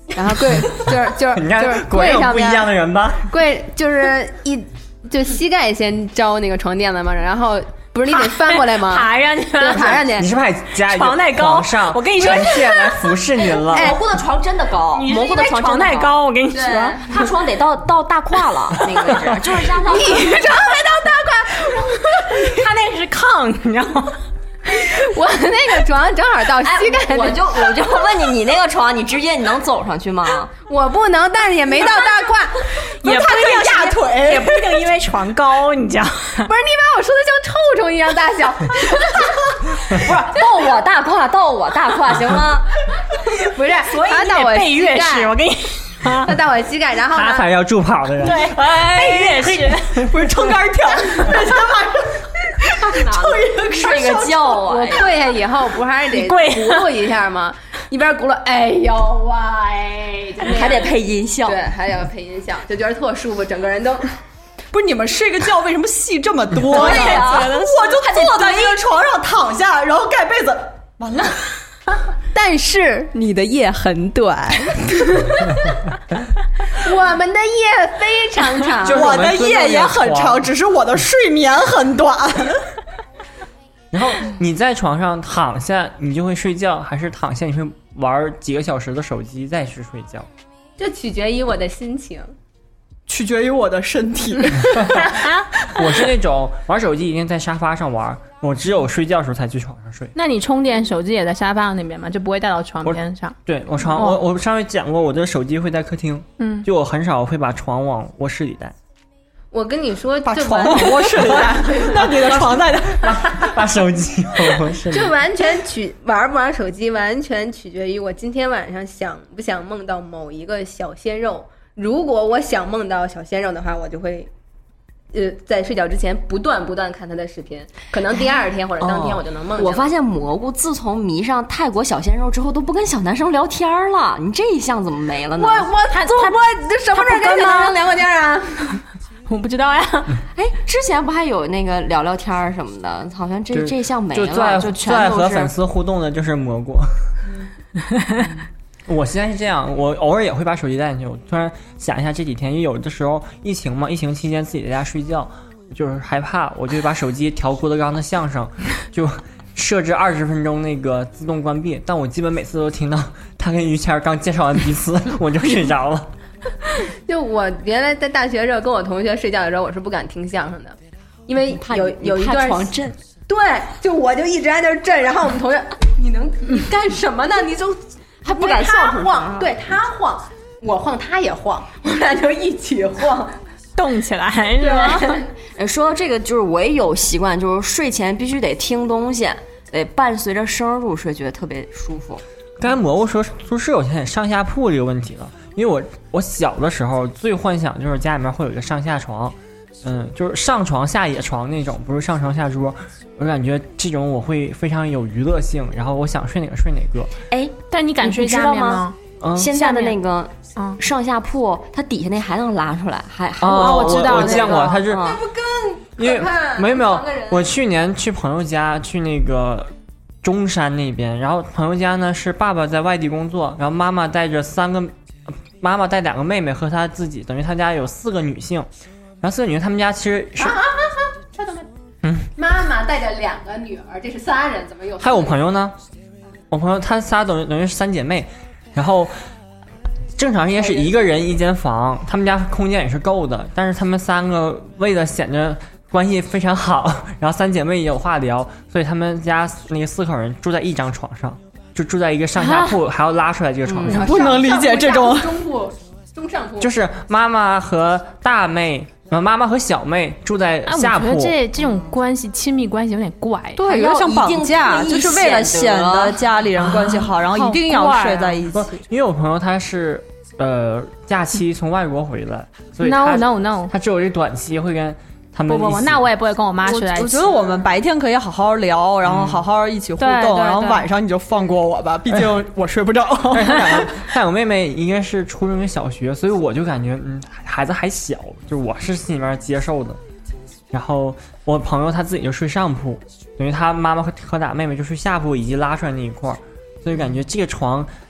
Speaker 7: 然后柜就是就是
Speaker 6: 你看
Speaker 7: 就是
Speaker 6: 果然有不一
Speaker 7: 柜上面
Speaker 6: 样的人吧？
Speaker 7: 柜就是一就膝盖先招那个床垫子嘛，然后不是你得翻过来吗？
Speaker 2: 爬上去
Speaker 7: 对，爬上去
Speaker 6: 你。是不是还加一个
Speaker 2: 床太高
Speaker 6: 皇上？
Speaker 2: 我跟你说
Speaker 6: 臣妾来服侍您了。
Speaker 4: 蘑菇的床真的高，
Speaker 2: 你是
Speaker 4: 蘑菇的
Speaker 2: 因为床
Speaker 4: 床真的
Speaker 2: 太高，我跟你说，
Speaker 4: 他床得到到大胯了那个位置，就是让他
Speaker 7: 你床还到大胯，
Speaker 2: 他那个是炕，你知道吗？
Speaker 7: 我那个床正好到膝盖
Speaker 4: 哎，我就我就问你，你那个床，你直接你能走上去吗？
Speaker 7: 我不能，但是也没到大胯，
Speaker 2: 也不一定压腿，也不一定因为床高，你知道吗？
Speaker 7: 不是你把我说的像臭虫一样大小，
Speaker 4: 不是到我大胯，到我大胯行吗？
Speaker 7: 不是，
Speaker 2: 所以你
Speaker 7: 他到我
Speaker 2: 得背月
Speaker 7: 膝
Speaker 2: 式，
Speaker 7: 盖，
Speaker 2: 我跟你
Speaker 7: 他到我膝盖，然后呢？
Speaker 6: 他才要助跑的人。
Speaker 2: 对，背月式
Speaker 3: 不是撑杆跳，
Speaker 4: 睡个觉啊！
Speaker 7: 我跪下以后不还是得
Speaker 2: 跪
Speaker 7: 轱辘一下吗？一边轱辘，哎呦哇哎，就那样
Speaker 4: 还得配音效。
Speaker 7: 对，还得要配音效，就觉得特舒服，整个人都。
Speaker 3: 不是你们睡个觉为什么戏这么多呀？
Speaker 4: 对呀
Speaker 3: 我就坐在那个床上躺下，然后盖被子，完了。
Speaker 7: 但是你的夜很短，我们的夜非常长。
Speaker 6: 就是
Speaker 3: 我的夜也很长，
Speaker 6: 床
Speaker 3: 只是我的睡眠很短。
Speaker 6: 然后你在床上躺下，你就会睡觉，还是躺下你会玩几个小时的手机再去睡觉？
Speaker 7: 这取决于我的心情。
Speaker 3: 取决于我的身体。
Speaker 6: 我是那种玩手机一定在沙发上玩，我只有睡觉的时候才去床上睡。
Speaker 2: 那你充电手机也在沙发上那边吗？就不会带到床边上？
Speaker 6: 对我床，
Speaker 2: 哦
Speaker 6: 我我上回讲过，我的手机会在客厅，
Speaker 2: 嗯，
Speaker 6: 就我很少会把床往卧室里带，
Speaker 7: 我跟你说，
Speaker 3: 把
Speaker 7: 这完
Speaker 3: 床往卧室里带，那你的床在哪？
Speaker 6: 把手机往卧室里
Speaker 7: 这完全取玩不玩手机，完全取决于我今天晚上想不想梦到某一个小鲜肉。如果我想梦到小鲜肉的话，我就会，呃，在睡觉之前不断不断看他的视频，可能第二天或者当天我就能梦见、
Speaker 4: 哦。我发现蘑菇自从迷上泰国小鲜肉之后，都不跟小男生聊天了。你这一项怎么没了呢？
Speaker 7: 我我他我这什么时候跟小男生聊过天啊？
Speaker 2: 我不知道呀。
Speaker 4: 哎，之前不还有那个聊聊天什么的？好像这
Speaker 6: 就
Speaker 4: 这项没了，
Speaker 6: 就最爱
Speaker 4: 就
Speaker 6: 最爱
Speaker 4: 全都是
Speaker 6: 和粉丝互动的就是蘑菇。我现在是这样，我偶尔也会把手机带进去。我突然想一下这几天，因为有的时候疫情嘛，疫情期间自己在家睡觉，就是害怕，我就把手机调郭德纲的相声，就设置二十分钟那个自动关闭。但我基本每次都听到他跟于谦刚介绍完彼此，我就睡着了。
Speaker 7: 就我原来在大学的时候跟我同学睡觉的时候，我是不敢听相声的，因为
Speaker 4: 怕
Speaker 7: 有
Speaker 4: 你怕
Speaker 7: 有一段
Speaker 4: 床震。
Speaker 7: 对，就我就一直在那儿震，然后我们同学，你能你干什么呢？你就
Speaker 4: 还不敢
Speaker 7: 他
Speaker 4: 笑出
Speaker 7: 晃，对他晃，我晃他也晃，我俩就一起晃，
Speaker 2: 动起来是吗？
Speaker 4: 呃，说到这个，就是我也有习惯，就是睡前必须得听东西，得伴随着声入睡，觉得特别舒服。
Speaker 6: 刚才蘑菇说宿舍有现上下铺这个问题了，因为我我小的时候最幻想就是家里面会有一个上下床，嗯，就是上床下野床那种，不是上床下桌。我感觉这种我会非常有娱乐性，然后我想睡哪个睡哪个。
Speaker 4: 哎，
Speaker 2: 但你敢睡
Speaker 4: 你知道吗
Speaker 2: 下面吗？
Speaker 6: 嗯，
Speaker 4: 现在的那个
Speaker 2: 嗯
Speaker 4: 上下铺，它底下那还能拉出来，还还
Speaker 6: 哦，
Speaker 2: 我知道那个
Speaker 6: 我见过，它是
Speaker 4: 嗯
Speaker 6: 因为
Speaker 7: 可怕
Speaker 6: 没有没有
Speaker 7: 床个人，
Speaker 6: 我去年去朋友家去那个中山那边，然后朋友家呢是爸爸在外地工作，然后妈妈带着三个，妈妈带两个妹妹和她自己，等于他家有四个女性，然后四个女性他们家其实是。
Speaker 7: 妈妈带着两个女儿，这是仨人，怎么有？
Speaker 6: 还有我朋友呢，我朋友他仨等于等于是三姐妹，然后正常应该是一个人一间房，他们家空间也是够的，但是他们三个为了显得关系非常好，然后三姐妹也有话聊，所以他们家那个四口人住在一张床上，就住在一个上下铺，还要拉出来这个床上，
Speaker 3: 不能理解这种
Speaker 7: 中铺、中上铺，
Speaker 6: 就是妈妈和大妹。然后妈妈和小妹住在
Speaker 2: 哎，
Speaker 6: 下铺，
Speaker 2: 我觉得这这种关系亲密关系有点怪。
Speaker 3: 对，有点像绑架，就是为了显得家里人关系好，然后一定要睡在一起。
Speaker 6: 不，因为我朋友他是呃假期从外国回来，所以他
Speaker 2: no no no，
Speaker 6: 他只有这短期会跟他们
Speaker 2: 不不不，那我也不会跟我妈睡在一起。
Speaker 3: 我觉得我们白天可以好好聊，然后好好一起互动，
Speaker 2: 对对对
Speaker 3: 然后晚上你就放过我吧，毕竟我睡不着。
Speaker 6: 但是他两个他有妹妹应该是初中跟小学，所以我就感觉嗯孩子还小，就是我是心里面接受的。然后我朋友他自己就睡上铺，等于他妈妈和和俩妹妹就睡下铺以及拉出来那一块儿，所以感觉这个床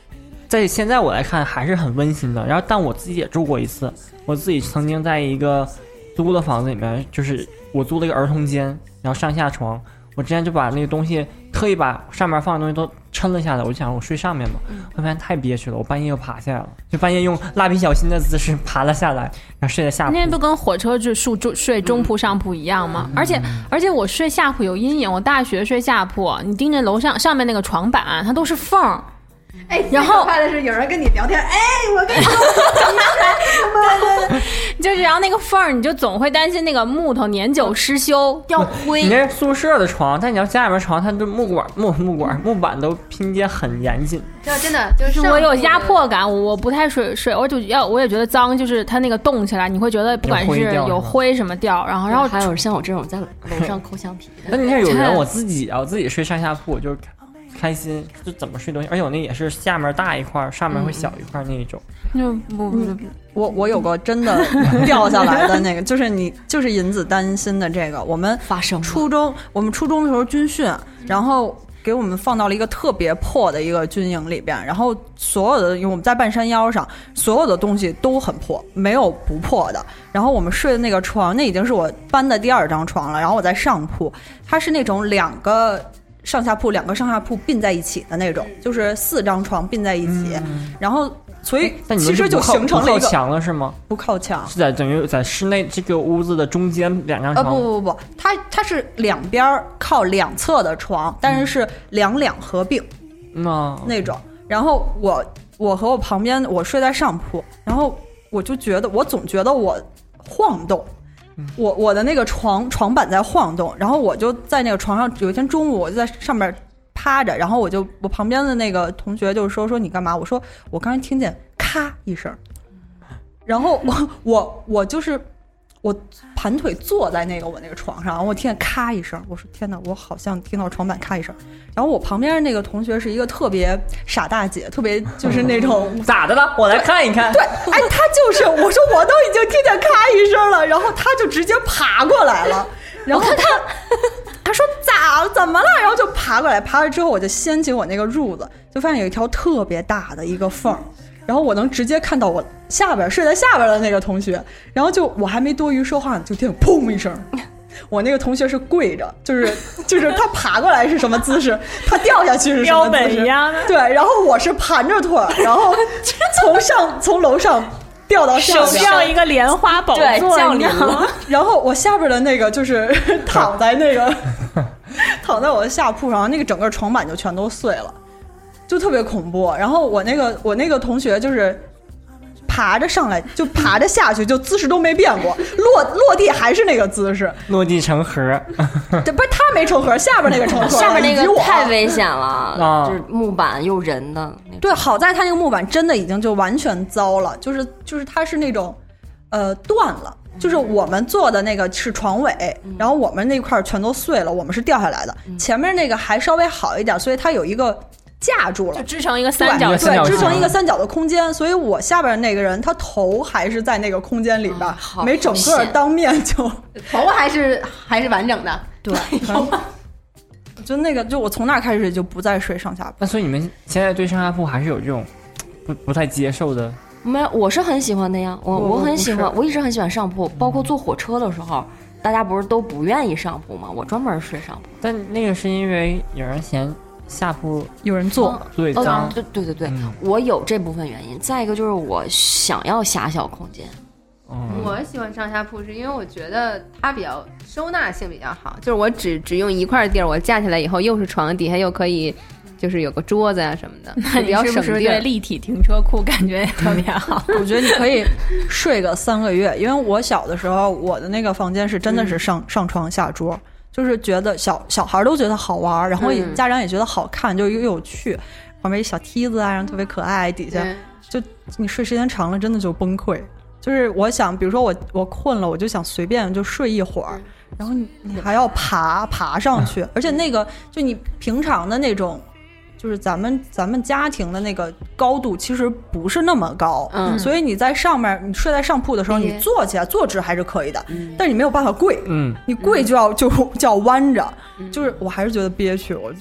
Speaker 6: 在现在我来看还是很温馨的。然后，但我自己也住过一次，我自己曾经在一个租的房子里面，就是我租了一个儿童间，然后上下床，我之前就把那个东西特意把上面放的东西都抻了下来，我就想我睡上面嘛，我发现太憋屈了，我半夜又爬下来了，就半夜用蜡笔小新的姿势爬了下来，然后睡在下铺。
Speaker 2: 那不跟火车就住住睡中铺上铺一样吗？嗯、而且而且我睡下铺有阴影，我大学睡下铺，你盯着楼上上面那个床板，它都是缝儿。
Speaker 3: 哎，然后最可怕的是有人跟你聊天，哎，我跟你说，
Speaker 2: 对对对，就是然后那个缝儿，你就总会担心那个木头年久失修掉灰。
Speaker 6: 你那是宿舍的床，但你要家里面床，它就木管木木管木板都拼接很严谨。
Speaker 7: 这真的就是
Speaker 2: 我有压迫感，我我不太睡睡，我就要我也觉得脏，就是它那个动起来，你会觉得不管是有灰什么掉，然后然后
Speaker 4: 还有像我这种在楼上抠橡皮的。
Speaker 6: 那你看有人我自己啊，我自己睡上下铺就是。开心就怎么睡东西，而且我那也是下面大一块，上面会小一块那一种。
Speaker 2: 嗯，不不不，
Speaker 3: 我我有个真的掉下来的那个，就是你就是银子担心的这个。我们
Speaker 4: 发生
Speaker 3: 初中，我们初中的时候军训，然后给我们放到了一个特别破的一个军营里边，然后所有的因为我们在半山腰上，所有的东西都很破，没有不破的。然后我们睡的那个床，那已经是我搬的第二张床了，然后我在上铺，它是那种两个。上下铺两个上下铺并在一起的那种，就是四张床并在一起，嗯、然后所以其实就形成了一个
Speaker 6: 不靠墙了是吗？
Speaker 3: 不靠墙，
Speaker 6: 是在等于在室内这个屋子的中间两张床。
Speaker 3: 呃不不不不，它它是两边靠两侧的床，但是是两两合并，
Speaker 6: 嗯、
Speaker 3: 那种。然后我我和我旁边我睡在上铺，然后我就觉得我总觉得我晃动。我我的那个床床板在晃动，然后我就在那个床上，有一天中午我就在上面趴着，然后我就我旁边的那个同学就说说你干嘛？我说我刚才听见咔一声，然后我我我就是我盘腿坐在那个我那个床上，然后我听见咔一声，我说天哪，我好像听到床板咔一声。然后我旁边那个同学是一个特别傻大姐，特别就是那种
Speaker 6: 咋的了？我来看一看。
Speaker 3: 对，哎，他就是我说我都已经听见咔一声了，然后他就直接爬过来了，然后他他说咋怎么了？然后就爬过来，爬了之后我就掀起我那个褥子，就发现有一条特别大的一个缝儿。然后我能直接看到我下边睡在下边的那个同学，然后就我还没多余说话，就听砰一声，我那个同学是跪着，就是就是他爬过来是什么姿势，他掉下去是什么姿势，对，然后我是盘着腿，然后从上从楼上掉到下边，
Speaker 2: 手掉一个莲花宝座，
Speaker 4: 对，降临了。
Speaker 3: 然后我下边的那个就是躺在那个躺在我的下铺上，那个整个床板就全都碎了。就特别恐怖，然后我那个我那个同学就是爬着上来，就爬着下去，就姿势都没变过，落落地还是那个姿势，
Speaker 6: 落地成盒。
Speaker 3: 这不是他没成盒，下边那个成盒，
Speaker 4: 下边那个太危险了，
Speaker 6: 啊、
Speaker 4: 就是木板又人的。
Speaker 3: 对，好在他那个木板真的已经就完全糟了，就是就是它是那种呃断了。就是我们坐的那个是床尾，嗯、然后我们那块全都碎了，我们是掉下来的，嗯、前面那个还稍微好一点，所以它有一个。架住了，
Speaker 2: 就支成一个三角，
Speaker 3: 对，对支成一个三角的空间，所以我下边那个人，他头还是在那个空间里边，
Speaker 4: 嗯、
Speaker 3: 没整个当面就
Speaker 7: 头还是还是完整的，
Speaker 3: 对，就那个，就我从那开始就不再睡上下铺。
Speaker 6: 那所以你们现在对上下铺还是有这种不不太接受的？
Speaker 4: 没有，我是很喜欢的呀，我我很喜欢，我一直很喜欢上铺，包括坐火车的时候，大家不是都不愿意上铺吗？我专门睡上铺。
Speaker 6: 但那个是因为有人嫌。下铺
Speaker 3: 有人坐，
Speaker 6: 对脏、
Speaker 4: 哦，对对对对、嗯，我有这部分原因。再一个就是我想要狭小空间。
Speaker 7: 嗯、我喜欢上下铺，是因为我觉得它比较收纳性比较好，就是我只只用一块地儿，我架起来以后又是床，底下又可以就是有个桌子呀、啊、什么的，
Speaker 2: 那比较省地儿。是不是对立体停车库感觉也特别好？
Speaker 3: 我觉得你可以睡个三个月，因为我小的时候我的那个房间是真的是上、嗯、上床下桌。就是觉得小小孩都觉得好玩，然后家长也觉得好看，嗯、就又有趣。旁边一小梯子啊，然后特别可爱，底下就你睡时间长了，真的就崩溃。就是我想，比如说我我困了，我就想随便就睡一会儿，然后你你还要爬爬上去，而且那个就你平常的那种。就是咱们咱们家庭的那个高度其实不是那么高，嗯，所以你在上面你睡在上铺的时候，你坐起来坐直还是可以的，嗯，但是你没有办法跪，嗯，你跪就要就就要弯着，嗯，就是我还是觉得憋屈，我就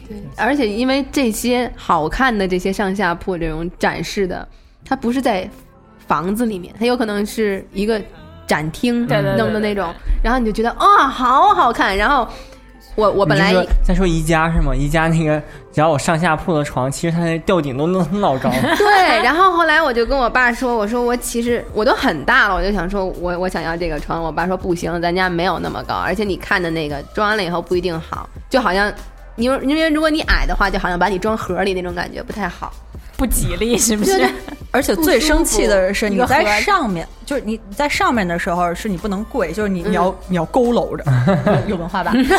Speaker 7: 而且因为这些好看的这些上下铺这种展示的，它不是在房子里面，它有可能是一个展厅弄的那种，然后你就觉得啊、哦、好好看，然后我我本来
Speaker 6: 在说宜家是吗？宜家那个只要有上下铺的床，其实它的吊顶都能老高。
Speaker 7: 对，然后后来我就跟我爸说，我说我其实我都很大了，我就想说我我想要这个床，我爸说不行，咱家没有那么高，而且你看的那个装完了以后不一定好，就好像你因为如果你矮的话，就好像把你装盒里那种感觉不太好。
Speaker 2: 不吉利是不是？
Speaker 3: 而且最生气的是你在上面，就是你在上面的时候是你不能跪，就是你你要、嗯、你要佝偻着，有文化吧？就是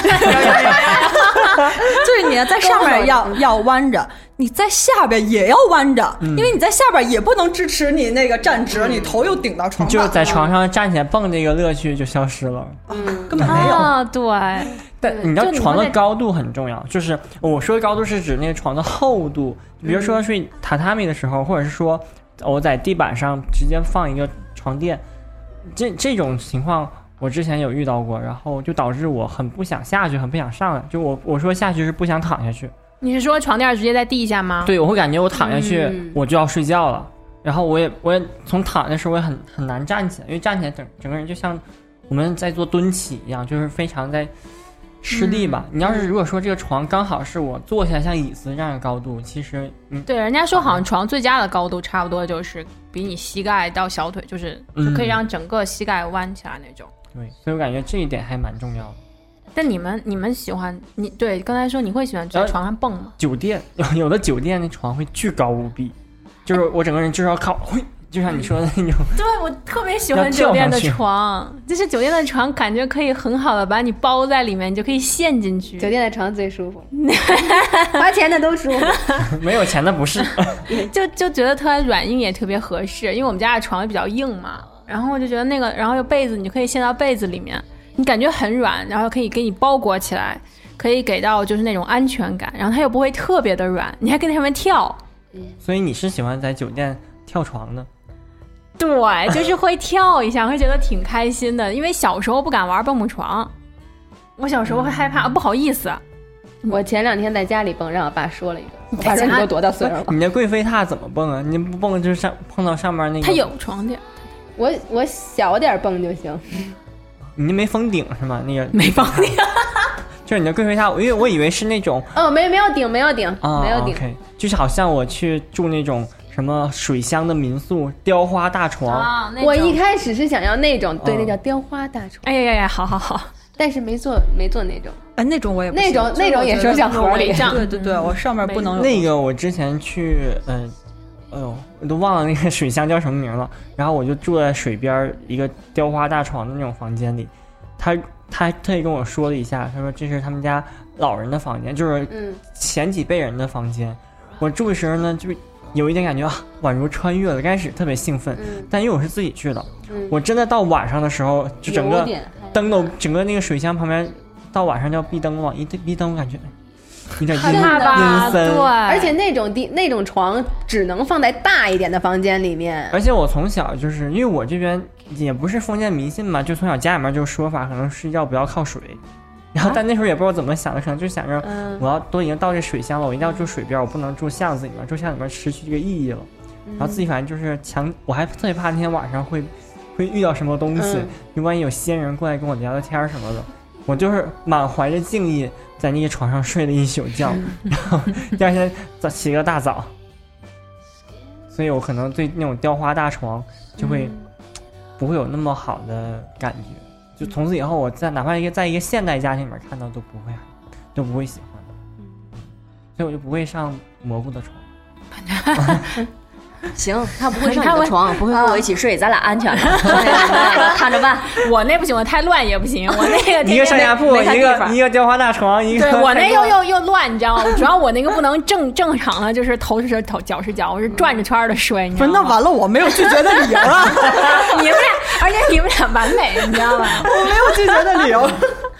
Speaker 3: 你在上面要要弯着，你在下边也要弯着、嗯，因为你在下边也不能支持你那个站直，嗯、你头又顶到床上，
Speaker 6: 就在床上站起来蹦这个乐趣就消失了，
Speaker 3: 嗯，根本没有。
Speaker 2: 啊，对。
Speaker 6: 但你知道床的高度很重要，就是我说的高度是指那个床的厚度，比如说睡榻榻米的时候，或者是说我在地板上直接放一个床垫，这这种情况我之前有遇到过，然后就导致我很不想下去，很不想上来。就我我说下去是不想躺下去。
Speaker 2: 你是说床垫直接在地下吗？
Speaker 6: 对，我会感觉我躺下去、嗯、我就要睡觉了，然后我也我也从躺的时候我也很很难站起来，因为站起来整整个人就像我们在做蹲起一样，就是非常在吃力吧、嗯、你要是如果说这个床刚好是我坐下来像椅子这样的高度，其实嗯，
Speaker 2: 对，人家说好像床最佳的高度差不多就是比你膝盖到小腿，就是就可以让整个膝盖弯起来那种、
Speaker 6: 嗯、对，所以我感觉这一点还蛮重要的。
Speaker 2: 但你们你们喜欢你对刚才说你会喜欢在床上蹦吗？
Speaker 6: 酒店有的酒店那床会巨高无比，就是我整个人就是要靠会就像你说的那种，
Speaker 2: 对，我特别喜欢酒店的床，就是酒店的床感觉可以很好的把你包在里面，你就可以陷进去。
Speaker 7: 酒店的床最舒服，花钱的都舒服，
Speaker 6: 没有钱的不是。
Speaker 2: 就就觉得特别软硬也特别合适，因为我们家的床也比较硬嘛，然后我就觉得那个，然后有被子，你就可以陷到被子里面，你感觉很软，然后可以给你包裹起来，可以给到就是那种安全感，然后它又不会特别的软，你还可以在上面跳。
Speaker 6: 所以你是喜欢在酒店跳床的？
Speaker 2: 对，就是会跳一下，会觉得挺开心的。因为小时候不敢玩蹦蹦床，我小时候会害怕，嗯、不好意思。
Speaker 7: 我前两天在家里蹦，让我爸说了一个。我爸说你都多大岁数了？
Speaker 6: 你那贵妃榻怎么蹦啊？你不蹦就是上碰到上面那个。
Speaker 2: 它有床垫。
Speaker 7: 我我小点蹦就行。
Speaker 6: 你那没封顶是吗？那个
Speaker 2: 没封顶。
Speaker 6: 就是你的贵妃榻，因为我以为是那种
Speaker 7: 哦，没没有顶，没有顶，哦、没有顶。
Speaker 6: Okay, 就是好像我去住那种。什么水乡的民宿，雕花大床、
Speaker 2: 啊、
Speaker 7: 我一开始是想要那种，对，那叫雕花大床。
Speaker 2: 哎呀呀呀，好好好，
Speaker 7: 但是没做没做那种。
Speaker 3: 哎，那种我也不
Speaker 7: 那种那种也是像盒里，
Speaker 3: 对对对，我上面不能有
Speaker 6: 那个。我之前去，嗯、呃，哎呦，我都忘了那个水乡叫什么名了。然后我就住在水边一个雕花大床的那种房间里，他他特意跟我说了一下，他说这是他们家老人的房间，就是前几辈人的房间。嗯、我住的时候呢，就。有一点感觉啊，宛如穿越了。刚开始特别兴奋、嗯，但因为我是自己去的、嗯，我真的到晚上的时候，就整个灯都，整个那个水箱旁边，到晚上就要闭灯了。一闭灯，我感觉有点阴阴森。
Speaker 2: 对，
Speaker 7: 而且那种地那种床只能放在大一点的房间里面。
Speaker 6: 而且我从小就是因为我这边也不是封建迷信嘛，就从小家里面就说法，可能睡觉不要靠水。然后但那时候也不知道怎么想的，可能就想着我要都已经到这水乡了，我一定要住水边，我不能住巷子里面，住巷子里面失去这个意义了。然后自己反正就是强，我还特别怕那天晚上会会遇到什么东西，就万一有仙人过来跟我聊聊天什么的，我就是满怀着敬意在那个床上睡了一宿觉，然后第二天早起个大早。所以我可能对那种雕花大床就会不会有那么好的感觉。就从此以后，我在哪怕一个在一个现代家庭里面看到都不会，都不会喜欢的，所以我就不会上蘑菇的床。
Speaker 4: 行，他不会上你的床，不会和我一起睡，咱俩安全了，看着办。
Speaker 2: 我那不行，我太乱也不行，我那个
Speaker 6: 一个上下铺，一个一个雕花大床，一个
Speaker 2: 对我那又又又乱，你知道吗？主要我那个不能正正常的，就是头是头，脚是脚，我是转着圈的睡。你知道吗？
Speaker 3: 那完了，我没有拒绝的理由啊！
Speaker 2: 你们俩，而且你们俩完美，你知道吗？
Speaker 3: 我没有拒绝的理由。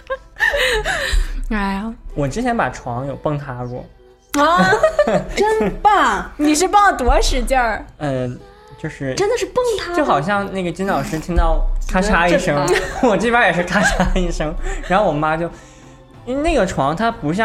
Speaker 2: 哎呀，
Speaker 6: 我之前把床有蹦塌过。
Speaker 2: 啊，
Speaker 7: 真棒！
Speaker 2: 你是蹦了多使劲儿？
Speaker 6: 嗯，就是
Speaker 4: 真的是蹦塌，
Speaker 6: 就好像那个金老师听到咔嚓一声，我这边也是咔嚓一声，然后我妈就，因为那个床它不像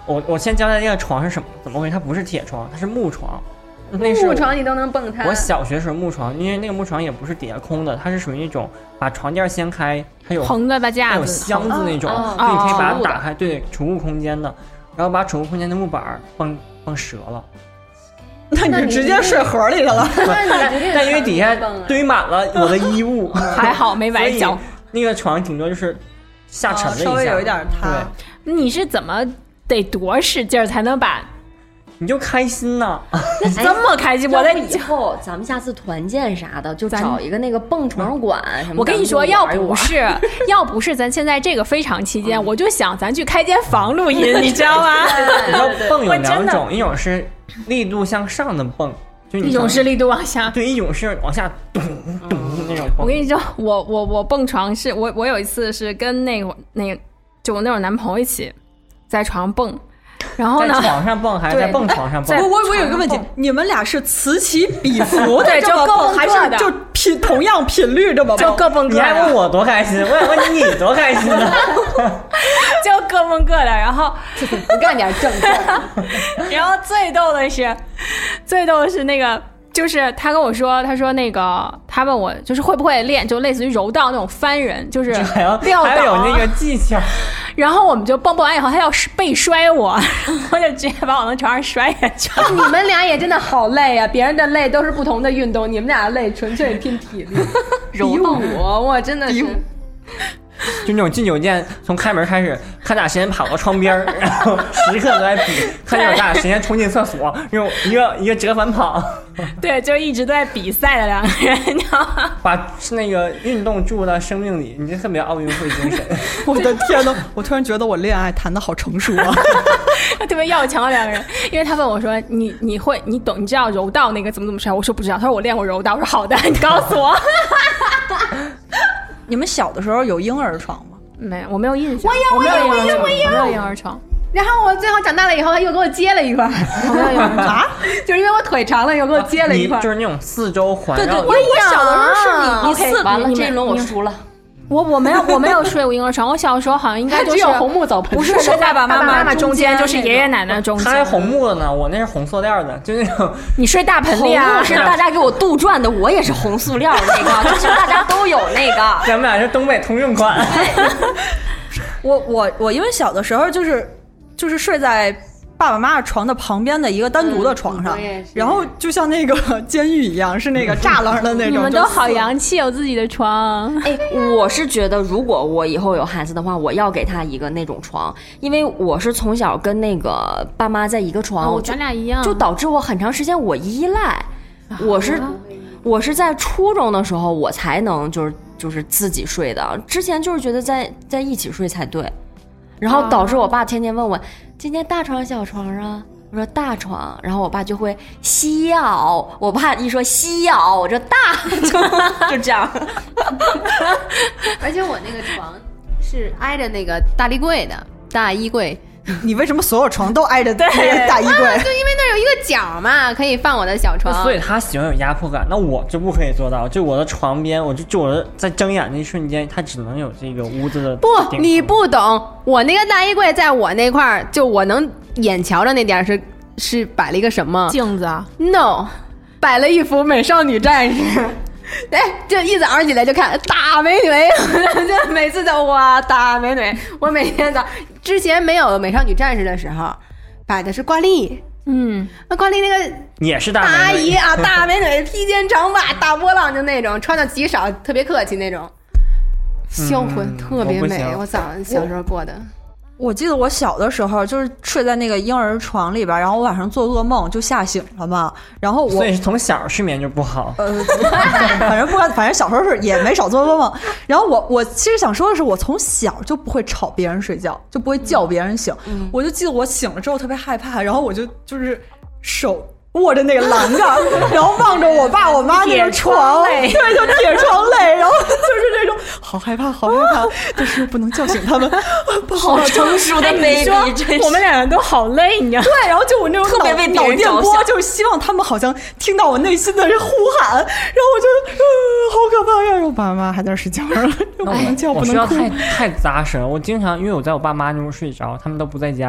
Speaker 6: 我我先交代这个床是什么怎么回事，它不是铁床，它是木床。那是
Speaker 7: 木床你都能蹦它。
Speaker 6: 我小学时候木床，因为那个木床也不是底下空的，它是属于那种把床垫掀开，它有
Speaker 2: 横的把
Speaker 6: 它有
Speaker 2: 架子，
Speaker 6: 箱子那种，
Speaker 4: 哦
Speaker 6: 所以你可以把
Speaker 7: 哦
Speaker 6: 它打开，对，储物空间的，然后把储物空间的木板儿蹦蹦折了。
Speaker 3: 那你就直接睡盒里去了。
Speaker 6: 但但因为底下堆满了我的衣物，
Speaker 2: 还好没崴脚。
Speaker 6: 所以那个床顶多就是下沉了一下，
Speaker 3: 哦稍微有一点塌。
Speaker 6: 对，
Speaker 2: 你是怎么得多使劲儿才能把
Speaker 6: 你就开心呐。
Speaker 2: 这么开心？我
Speaker 4: 要
Speaker 2: 在
Speaker 4: 不以后咱们下次团建啥的，就
Speaker 2: 咱
Speaker 4: 找一个那个蹦床馆什么的。
Speaker 2: 我跟你说，要
Speaker 4: 咱们就玩一玩
Speaker 2: 不是要不是咱现在这个非常期间，我就想咱去开间房录音，你知道吗？
Speaker 6: 你知道蹦有
Speaker 2: 我真的
Speaker 6: 两种，一种是力度向上的蹦，就你
Speaker 2: 一种是力度往下。
Speaker 6: 对，一种是往下咚咚那种蹦。
Speaker 2: 我跟你说，我我我蹦床是我我有一次是跟那个那个就我那种男朋友一起在床上蹦，然后
Speaker 6: 在
Speaker 2: 呢，
Speaker 6: 床上蹦还是在蹦床上蹦
Speaker 2: 在？
Speaker 3: 我我我有一个问题，你们俩是此起彼伏的
Speaker 2: 对
Speaker 3: 这么蹦，
Speaker 2: 就各蹦各的
Speaker 3: 还是就频同样频率这么蹦？
Speaker 2: 就各蹦各
Speaker 6: 你还问
Speaker 2: 的，
Speaker 6: 我多开心，我想问你你多开心呢？
Speaker 2: 就各蹦各的，然后
Speaker 7: 不干点正事儿。
Speaker 2: 然后最逗的是，最逗的是那个，就是他跟我说，他说那个，他问我就是会不会练，就类似于柔道那种翻人，就是
Speaker 6: 这还要
Speaker 2: 撂倒，
Speaker 6: 还有那个技巧，
Speaker 2: 然后我们就蹦蹦完以后，他要背摔我，然后我就直接把我从床上摔下去。
Speaker 7: 你们俩也真的好累啊！别人的累都是不同的运动，你们俩的累纯粹拼体力。柔道我，我真的是。
Speaker 6: 就那种进酒店，从开门开始，看咋时间跑到窗边儿，然后时刻都在比，看见有咋时间冲进厕所，那种一个一个折返跑，
Speaker 2: 对，就一直都在比赛的两个人，你知道吗？
Speaker 6: 把那个运动注入到生命里，你这特别奥运会精神。
Speaker 3: 我的天呐，我突然觉得我恋爱谈的好成熟啊！
Speaker 2: 特别要强的两个人，因为他问我说：“你你会你懂你知道柔道那个怎么怎么摔？”我说不知道。他说我练过柔道。我说好的，你告诉我。
Speaker 3: 你们小的时候有婴儿床吗？
Speaker 2: 没有，我没有印象。我有，我有，我有，我有，我有婴儿床。
Speaker 7: 然后我最后长大了以后，他又给我接了一块儿。
Speaker 2: 我没有婴儿床
Speaker 3: 啊？
Speaker 7: 就是因为我腿长了，又给我接了一块儿。
Speaker 6: 你就是那种四周环绕的，
Speaker 3: 对对，因为我小的时候是你你
Speaker 2: OK，
Speaker 3: 四
Speaker 4: 完了，
Speaker 2: 你
Speaker 4: 这一轮我
Speaker 2: 你
Speaker 4: 输了。
Speaker 2: 我我没有我没有睡过婴儿床。我小时候好像应该就是
Speaker 7: 只有红木走盆，
Speaker 2: 不是是爸爸妈妈
Speaker 7: 妈
Speaker 2: 中间，就是爷爷奶奶中间。
Speaker 6: 它还红木的呢，我那是红塑料的，就那种
Speaker 2: 你睡大盆里啊
Speaker 4: 红木？是大家给我杜撰的，我也是红塑料那个，就是大家都有那个。
Speaker 6: 咱们俩是东北通用款。
Speaker 3: 我我我因为小的时候就是就是睡在爸爸妈妈床的旁边的一个单独的床上，
Speaker 7: 嗯我也是
Speaker 3: 然后就像那个监狱一样，是那个栅栏的那种。
Speaker 2: 你们都好
Speaker 3: 就
Speaker 2: 洋气，有自己的床。
Speaker 4: 哎，我是觉得，如果我以后有孩子的话，我要给他一个那种床，因为我是从小跟那个爸妈在一个床，
Speaker 2: 哦
Speaker 4: 我就
Speaker 2: 咱俩一样
Speaker 4: 就导致我很长时间我依赖。我是我是在初中的时候，我才能就是就是自己睡的，之前就是觉得在在一起睡才对，然后导致我爸天天问我今天大床小床啊。我说大床，然后我爸就会西药，我爸一说西药，我说大，就就这样。
Speaker 7: 而且我那个床是挨着那个大立柜的大衣柜，
Speaker 3: 你为什么所有床都挨着那个大衣柜？
Speaker 7: 就因为那儿有一个角嘛，可以放我的小床。
Speaker 6: 所以他喜欢有压迫感，那我就不可以做到。就我的床边，我就就我的在睁眼那一瞬间，它只能有这个屋子的
Speaker 7: 不，
Speaker 6: 顶
Speaker 7: 你不懂，我那个大衣柜在我那块儿，就我能眼瞧着那点儿是是摆了一个什么
Speaker 2: 镜子啊，
Speaker 7: ？No， 摆了一幅美少女战士。哎，就一早上起来就看大美女，就每次都哇大美女。我每天早之前没有美少女战士的时候，摆的是挂历。
Speaker 2: 嗯，
Speaker 7: 那挂历那个
Speaker 6: 也是大
Speaker 7: 大
Speaker 6: 美女
Speaker 7: 姨啊，大美女，披肩长发，大波浪，就那种穿的极少，特别客气那种，销魂、
Speaker 6: 嗯
Speaker 7: 特别美。
Speaker 6: 我不行
Speaker 7: 我早上小时候过的。
Speaker 3: 我记得我小的时候就是睡在那个婴儿床里边，然后我晚上做噩梦就吓醒了嘛，然后我
Speaker 6: 所以是从小睡眠就不好。
Speaker 3: 呃，反正不管，反正小时候是也没少做噩梦。然后我我其实想说的是，我从小就不会吵别人睡觉，就不会叫别人醒。
Speaker 4: 嗯、
Speaker 3: 我就记得我醒了之后特别害怕，然后我就就是手握着那个栏杆，然后望着我爸我妈那个床，对，就铁床垒，然后就是这种好害怕，好害怕，但是又不能叫醒他们，不好
Speaker 4: 好成熟的 baby，真是
Speaker 2: 我们两个都好累，你知道吗？
Speaker 3: 对，然后就我那种
Speaker 4: 特别为别
Speaker 3: 脑电波，
Speaker 4: 人着想
Speaker 3: 就是希望他们好像听到我内心的呼喊，然后我就，呃，好可怕呀！我爸妈还在那睡觉呢，又不能叫，
Speaker 6: 我睡觉
Speaker 3: 不能哭。
Speaker 6: 太太扎实了。我经常因为我在我爸妈那屋睡着，他们都不在家，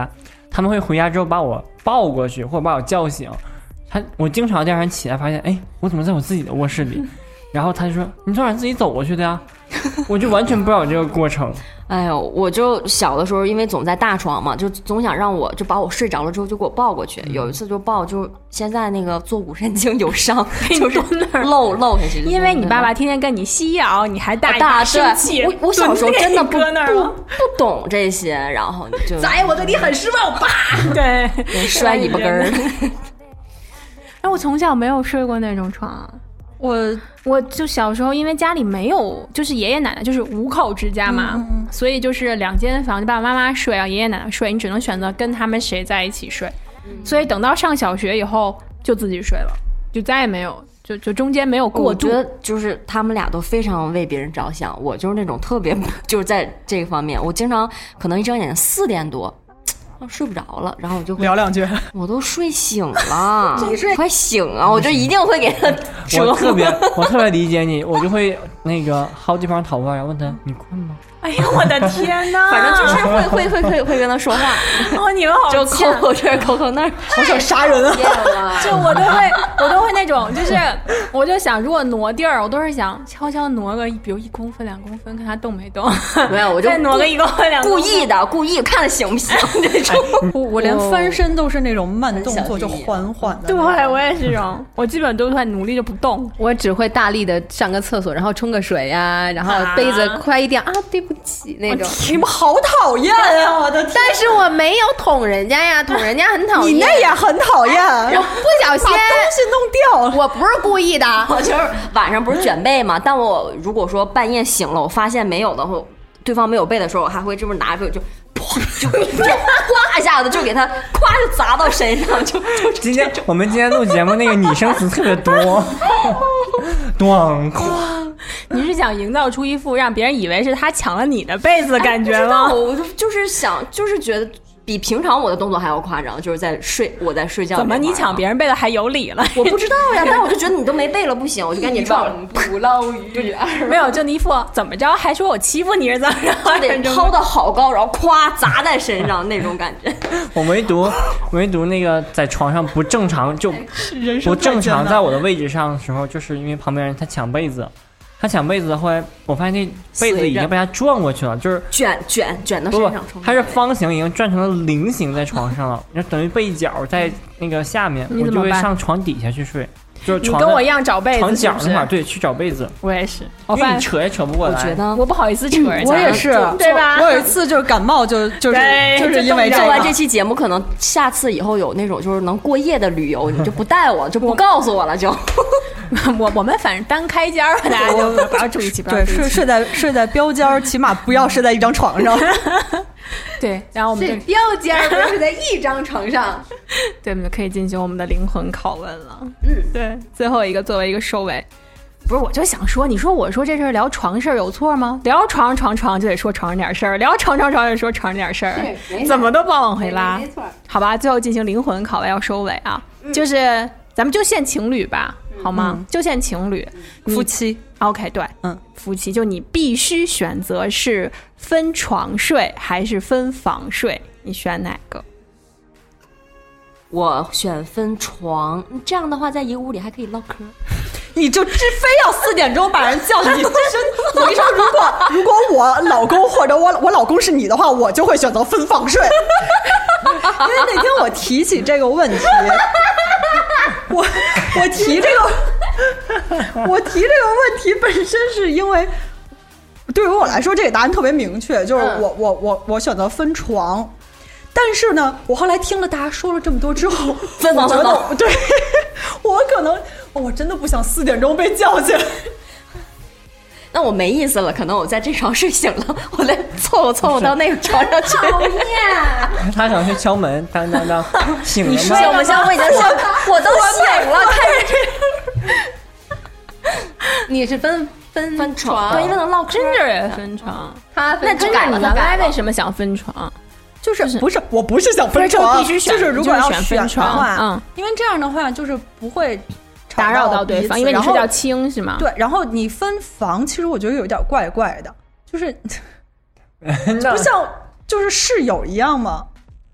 Speaker 6: 他们会回家之后把我抱过去，或者把我叫醒。他我经常第二天起来发现，哎，我怎么在我自己的卧室里？然后他就说：“你昨晚自己走过去的呀。”我就完全不知道这个过程。
Speaker 4: 哎呦，我就小的时候，因为总在大床嘛，就总想让我就把我睡着了之后就给我抱过去。嗯、有一次就抱，就现在那个坐骨神经有伤，就是漏漏下去。
Speaker 2: 因为你爸爸天天跟你吸药，你还大
Speaker 4: 大
Speaker 2: 生气。
Speaker 4: 我我小时候真的不不不懂这些，然后就
Speaker 7: 哎，我对你很失望吧？
Speaker 2: 对，
Speaker 4: 摔尾巴根儿。
Speaker 2: 哎，我从小没有睡过那种床。我我就小时候，因为家里没有，就是爷爷奶奶就是五口之家嘛，嗯嗯所以就是两间房，就爸爸妈妈睡啊，爷爷奶奶睡，你只能选择跟他们谁在一起睡。嗯、所以等到上小学以后，就自己睡了，就再也没有，就就中间没有过渡。
Speaker 4: 我觉得就是他们俩都非常为别人着想，我就是那种特别就是在这个方面，我经常可能一睁眼四点多。睡不着了，然后我就
Speaker 3: 聊两句，
Speaker 4: 我都睡醒了，你睡快醒啊！我就一定会给他折磨。
Speaker 6: 我特别，我特别理解你，我就会那个薅地方头发，然后问他你困吗？
Speaker 2: 哎呀，我的天哪！
Speaker 4: 反正就是会会会会会跟他说话。
Speaker 2: 哦，你们好
Speaker 4: 就抠抠这儿抠抠那儿，
Speaker 3: 好想杀人啊！
Speaker 2: 就我都会，我都会那种，就是我就想，如果挪地儿，我都是想悄悄挪个，比如一公分、两公分，看他动没动。
Speaker 4: 没有，我就
Speaker 2: 再挪个一公分、两公分，
Speaker 4: 故意的，故意看行不行这种。
Speaker 3: 我我连翻身都是那种慢动作，就缓缓的。
Speaker 2: 对，我也是这种，我基本都在努力就不动。
Speaker 7: 我只会大力的上个厕所，然后冲个水呀、啊，然后杯子快一点啊，对不起那种。
Speaker 3: 你们好讨厌呀！我的天，
Speaker 7: 但是我没有捅人家呀，捅人家很讨厌。
Speaker 3: 你那也很讨厌，
Speaker 7: 我不小心
Speaker 3: 把东西弄掉了。
Speaker 7: 我不是故意的，
Speaker 4: 我就是晚上不是卷被嘛，但我如果说半夜醒了，我发现没有的话，对方没有被的时候，我还会这么拿着就。就就哗一下子就给他咵就砸到身上，就就
Speaker 6: 今天我们今天录节目那个拟声词特别多，咣哐。
Speaker 2: 你是想营造出一副让别人以为是他抢了你的被子的感觉吗？
Speaker 4: 哎、我就是想，就是觉得比平常我的动作还要夸张，就是在睡，我在睡觉。
Speaker 2: 怎么你抢别人被子还有理了？
Speaker 4: 我不知道呀，但是我就觉得你都没被了，不行，我就赶紧撞。
Speaker 7: 捕捞鱼儿，
Speaker 2: 没有，就你一副怎么着还说我欺负你是怎么着，
Speaker 4: 得抛的好高，然后咵砸在身上那种感觉。
Speaker 6: 我唯独唯独那个在床上不正常，就不正常在我的位置上的时候，就是因为旁边人他抢被子。他抢被子的话，我发现那被子已经被他撞过去了，就是
Speaker 4: 卷卷卷到身上。
Speaker 6: 不，它是方形，已经转成了菱形在床上了，就等于被角在那个下面，我就会上床底下去睡。就是床
Speaker 2: 你跟我一样找被子，
Speaker 6: 床角那块，对，去找被子。
Speaker 2: 我也是，
Speaker 6: 因为你扯也扯不过来。
Speaker 4: 我觉得
Speaker 2: 我不好意思扯人家，
Speaker 3: 我也是，
Speaker 2: 对吧？
Speaker 3: 我有一次就是感冒，就就是就是因为
Speaker 4: 做完这期节目，可能下次以后有那种就是能过夜的旅游，你就不带我，就不告诉我了，就。
Speaker 2: 我我们反正单开间儿，大家就不要住一起，
Speaker 3: 对，睡睡在睡在标间，起码不要睡在一张床上。
Speaker 2: 对，然后我们
Speaker 7: 是标间，不是在一张床上。
Speaker 2: 对，我们就可以进行我们的灵魂拷问了。嗯，对，最后一个作为一个收尾，不是，我就想说，你说我说这事儿聊床事儿有错吗？聊床床床就得说床上点事儿，聊床床床就得说床上点事儿，怎么都不往回拉。
Speaker 7: 没错，
Speaker 2: 好吧，最后进行灵魂拷问要收尾啊，嗯、就是咱们就限情侣吧。好吗？嗯、就限情侣、
Speaker 3: 夫妻。
Speaker 2: OK， 对，嗯，夫妻就你必须选择是分床睡还是分房睡，你选哪个？
Speaker 4: 我选分床，这样的话在一个屋里还可以唠嗑。
Speaker 3: 你就非要四点钟把人叫醒，你真是我跟你说，如果如果我老公或者我我老公是你的话，我就会选择分房睡，因为那天我提起这个问题。我我提这个，我提这个问题本身是因为，对于我来说，这个答案特别明确，就是我我我我选择分床，但是呢，我后来听了大家说了这么多之后，
Speaker 4: 分房分房，
Speaker 3: 对，我可能我真的不想四点钟被叫醒。
Speaker 4: 那我没意思了，可能我在这床睡醒了，我再凑合凑合到那个床上去。
Speaker 7: 讨厌！
Speaker 6: 他想去敲门，当当当，醒了吗？
Speaker 4: 你行不行？我已经醒，我都醒了，看着
Speaker 7: 你是分分
Speaker 4: 分床，对，因为能唠嗑。
Speaker 2: 真的也分床，
Speaker 7: 他
Speaker 2: 那就改了。你原来为什么想分床？
Speaker 3: 就是不是我不是想分床，
Speaker 2: 必须选，
Speaker 3: 就是如果要
Speaker 2: 选分床
Speaker 3: 的话，
Speaker 2: 嗯，
Speaker 3: 因为这样的话就是不会。
Speaker 2: 打扰到对方，因为你睡觉轻是吗？
Speaker 3: 对，然后你分房，其实我觉得有点怪怪的，就是不像就是室友一样嘛。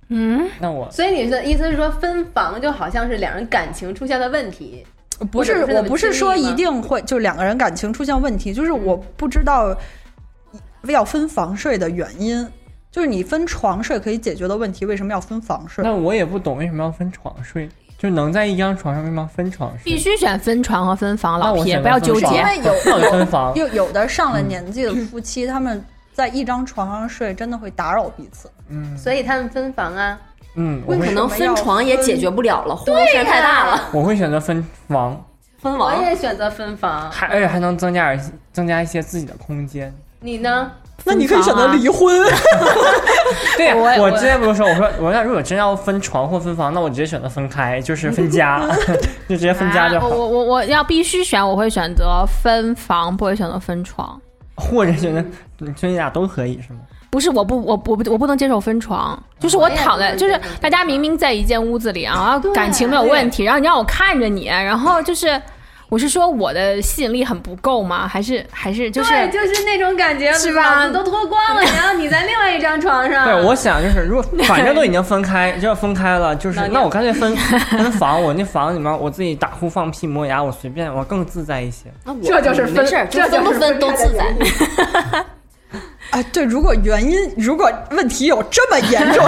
Speaker 2: 嗯，
Speaker 6: 那我
Speaker 7: 所以你的意思是说分房就好像是两人感情出现了问题？
Speaker 3: 不是，
Speaker 7: 或者不是那么
Speaker 3: 我不是说一
Speaker 7: 亲密吗
Speaker 3: 定会就两个人感情出现问题，就是我不知道要分房睡的原因。就是你分床睡可以解决的问题，为什么要分房睡？
Speaker 6: 那我也不懂为什么要分床睡，就能在一张床上为什么要分床睡？
Speaker 2: 必须选分床和分房，
Speaker 6: 那我
Speaker 2: 老皮
Speaker 6: 选择分
Speaker 2: 不要纠结
Speaker 3: 因。为有
Speaker 6: 那我分房。
Speaker 3: 有有的上了年纪的夫妻，他们在一张床上睡，真的会打扰彼此。
Speaker 6: 嗯
Speaker 7: 所以他们分房啊。
Speaker 6: 嗯，我会
Speaker 4: 可能分床也解决不了了，互动实在太大了。
Speaker 6: 我会选择分房，
Speaker 7: 我
Speaker 4: 分王
Speaker 7: 也选择分房，
Speaker 6: 还而且还能增加增加一些自己的空间。
Speaker 7: 你呢？
Speaker 3: 那你可以选择离婚。
Speaker 6: 对呀、
Speaker 2: 我
Speaker 6: 我之前不是说，我说我要如果真要分床或分房，那我直接选择分开，就是分家，就直接分家就好，
Speaker 2: 啊我我我要必须选，我会选择分房，不会选择分床。
Speaker 6: 或者选择就你俩都可以是吗？
Speaker 2: 不是，我不，我我不我不能接受分床，就是我躺在，就是大家明明在一间屋子里啊，然后感情没有问题，然后你让我看着你，然后就是。我是说我的吸引力很不够吗？还是还是就是
Speaker 7: 对，就是那种感觉，
Speaker 2: 是吧
Speaker 7: 脑子都脱光了，然后你在另外一张床上。
Speaker 6: 对，我想就是，如果反正都已经分开，就要分开了，就是那我干脆分分房，我那房里面我自己打呼放屁磨牙，我随便，我更自在一些。
Speaker 7: 这就是分
Speaker 4: 没事儿，就
Speaker 7: 这
Speaker 4: 分不
Speaker 7: 就是
Speaker 4: 分都自在。
Speaker 3: 哎，对，如果原因，如果问题有这么严重，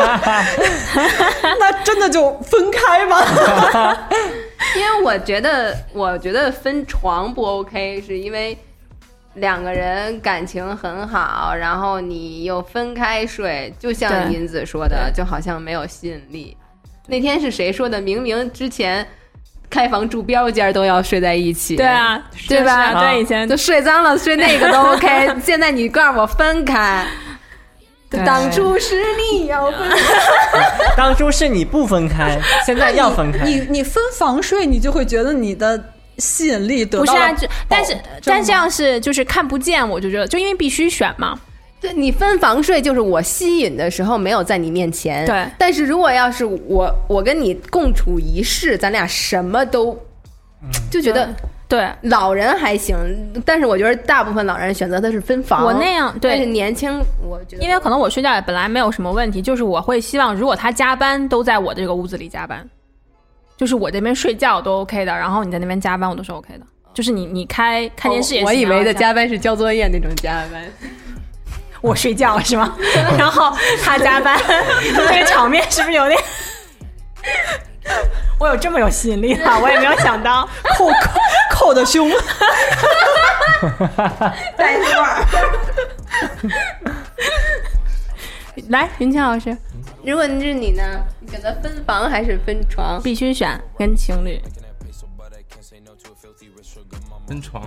Speaker 3: 那真的就分开吧。
Speaker 7: 因为我觉得，我觉得分床不 OK，是因为两个人感情很好，然后你又分开睡，就像
Speaker 2: 对
Speaker 7: 银子说的，就好像没有吸引力。那天是谁说的？明明之前开房住标间都要睡在一起，
Speaker 2: 对啊，
Speaker 7: 对吧？
Speaker 2: 是啊对，以前
Speaker 7: 就睡脏了睡那个都 OK，现在你告诉我分开。
Speaker 2: 对
Speaker 7: 当初是你要分开，
Speaker 6: 当初是你不分开，现在要分开。
Speaker 3: 你你分房睡，你就会觉得你的吸引力得到了
Speaker 2: 不是啊，就但是
Speaker 3: 保证
Speaker 2: 但这样是就是看不见，我就觉得就因为必须选嘛。
Speaker 7: 对你分房睡，就是我吸引的时候没有在你面前。
Speaker 2: 对
Speaker 7: 但是如果要是我我跟你共处一室，咱俩什么都就觉得
Speaker 2: 对
Speaker 7: 老人还行，但是我觉得大部分老人选择的是分房。
Speaker 2: 我那样
Speaker 7: 但是
Speaker 2: 对，
Speaker 7: 年轻，我觉得
Speaker 2: 因为可能我睡觉也本来没有什么问题，就是我会希望如果他加班都在我这个屋子里加班，就是我这边睡觉都 OK 的，然后你在那边加班我都是 OK 的。就是你你开看电视也行、
Speaker 7: 哦我以为的
Speaker 2: 然后
Speaker 7: 加班是交作业那种加班。
Speaker 2: 我睡觉是吗？然后他加班，这个场面是不是有点？我有这么有吸引力啊！我也没有想到，
Speaker 3: 扣扣扣的凶。
Speaker 7: 带座儿。
Speaker 2: 来，云清老师
Speaker 7: 如果是你呢？你选择分房还是分床？
Speaker 2: 必须选跟情侣。
Speaker 8: 分床，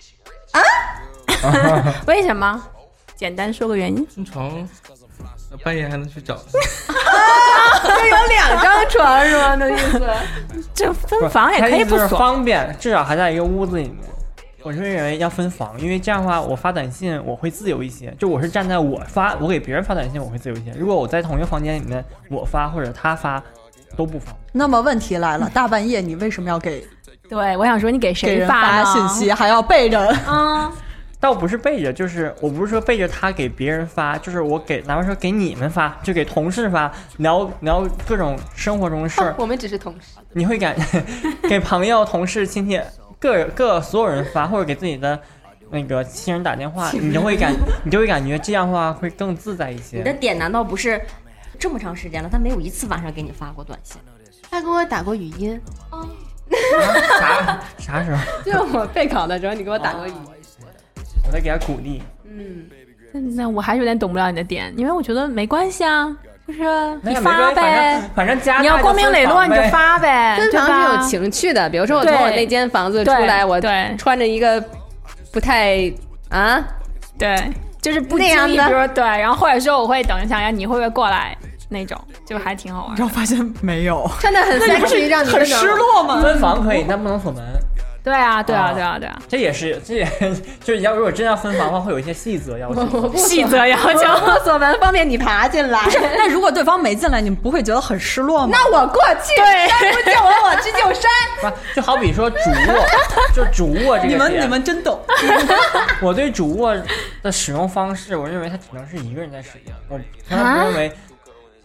Speaker 2: 为什么？简单说个原因。
Speaker 8: 分床，半夜还能去找。
Speaker 7: 就有两张床是吗？那意思？
Speaker 2: 这分房也可以
Speaker 6: 他意思是
Speaker 2: 不锁。
Speaker 6: 方便，至少还在一个屋子里面。我是认为要分房，因为这样的话，我发短信我会自由一些。就我是站在我发，我给别人发短信我会自由一些。如果我在同一个房间里面，我发或者他发都不方便。
Speaker 3: 那么问题来了，大半夜你为什么要给
Speaker 2: 对，我想说你给
Speaker 3: 给人
Speaker 2: 谁发呢？
Speaker 3: 发信息，还要背着？
Speaker 2: 啊，
Speaker 6: 倒不是背着，就是我不是说背着他给别人发，就是我给，哪怕说给你们发，就给同事发，聊聊各种生活中的事儿、
Speaker 7: 哦我们只是同事。
Speaker 6: 你会感给朋友、同事、亲戚各各所有人发，或者给自己的那个亲人打电话，你就会感你就会感觉这样的话会更自在一些。
Speaker 4: 你的点难道不是这么长时间了，他没有一次晚上给你发过短信？
Speaker 7: 他给我打过语音，
Speaker 6: 啊、啥啥时候？
Speaker 7: 就是我备考的时候，你给我打过语音。
Speaker 6: 我在给他鼓励。
Speaker 7: 嗯，
Speaker 2: 那我还是有点懂不了你的点，因为我觉得没关系啊，就是你
Speaker 6: 那也没关系，
Speaker 2: 发呗
Speaker 6: 反。正反正加
Speaker 2: 你要光明磊落你就发呗，
Speaker 7: 分房
Speaker 2: 对吧
Speaker 7: 是有情趣的。比如说我从我那间房子出来，
Speaker 2: 对
Speaker 7: 我
Speaker 2: 对
Speaker 7: 穿着一个不太啊
Speaker 2: 对，就是不
Speaker 7: 那样的
Speaker 2: 经意比如说对，然后或者说我会等一下，然后你会不会过来那种，就还挺好玩。
Speaker 3: 然后发现没有，
Speaker 7: 穿的很 sexy，让你
Speaker 3: 很失落吗？
Speaker 6: 分房可以，但不能锁门。
Speaker 2: 对啊，对啊，
Speaker 6: 啊
Speaker 2: 对啊，对啊，
Speaker 6: 这也是，这也就是要如果真要分房的话，会有一些细则要求。
Speaker 2: 细则要求。
Speaker 7: 我锁门方便你爬进来。
Speaker 3: 那如果对方没进来，你们不会觉得很失落吗？
Speaker 7: 那我过去，
Speaker 2: 对
Speaker 7: 山不救我，我去救山。
Speaker 6: 不，就好比说主卧，就主卧这个点
Speaker 3: 你们你们真懂。
Speaker 6: 我对主卧的使用方式，我认为它只能是一个人在使用，我从来不认为。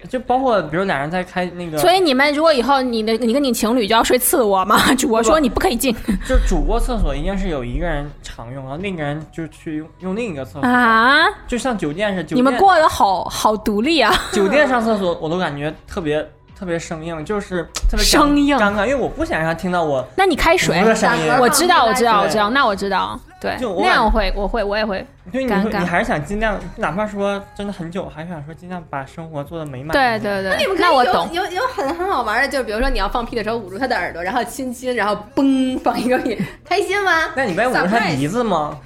Speaker 6: 就包括比如两人在开那个，
Speaker 2: 所以你们如果以后你的你跟你情侣就要睡次卧嘛，主播说你不可以进
Speaker 6: 就主卧厕所一定是有一个人常用，然后另一个人就去用用另一个厕所
Speaker 2: 啊，
Speaker 6: 就像酒店是酒店，
Speaker 2: 你们过得好好独立啊！
Speaker 6: 酒店上厕所我都感觉特别特别生硬，就是特别
Speaker 2: 生硬
Speaker 6: 尴尬，因为我不想让他听到我。
Speaker 2: 那你开水，我知道，我知道，我知道，那我知道，对，那样会，我会，我也会。
Speaker 6: 因为你会，你还是想尽量，哪怕说真的很久，还是想说尽量把生活做得美满。
Speaker 2: 对对对，
Speaker 7: 那你们
Speaker 2: 那我懂。
Speaker 7: 有有很很好玩的，就是比如说你要放屁的时候捂住他的耳朵，然后亲亲，然后嘣放一个屁，开心吗？
Speaker 6: 那你不要捂住他鼻子吗？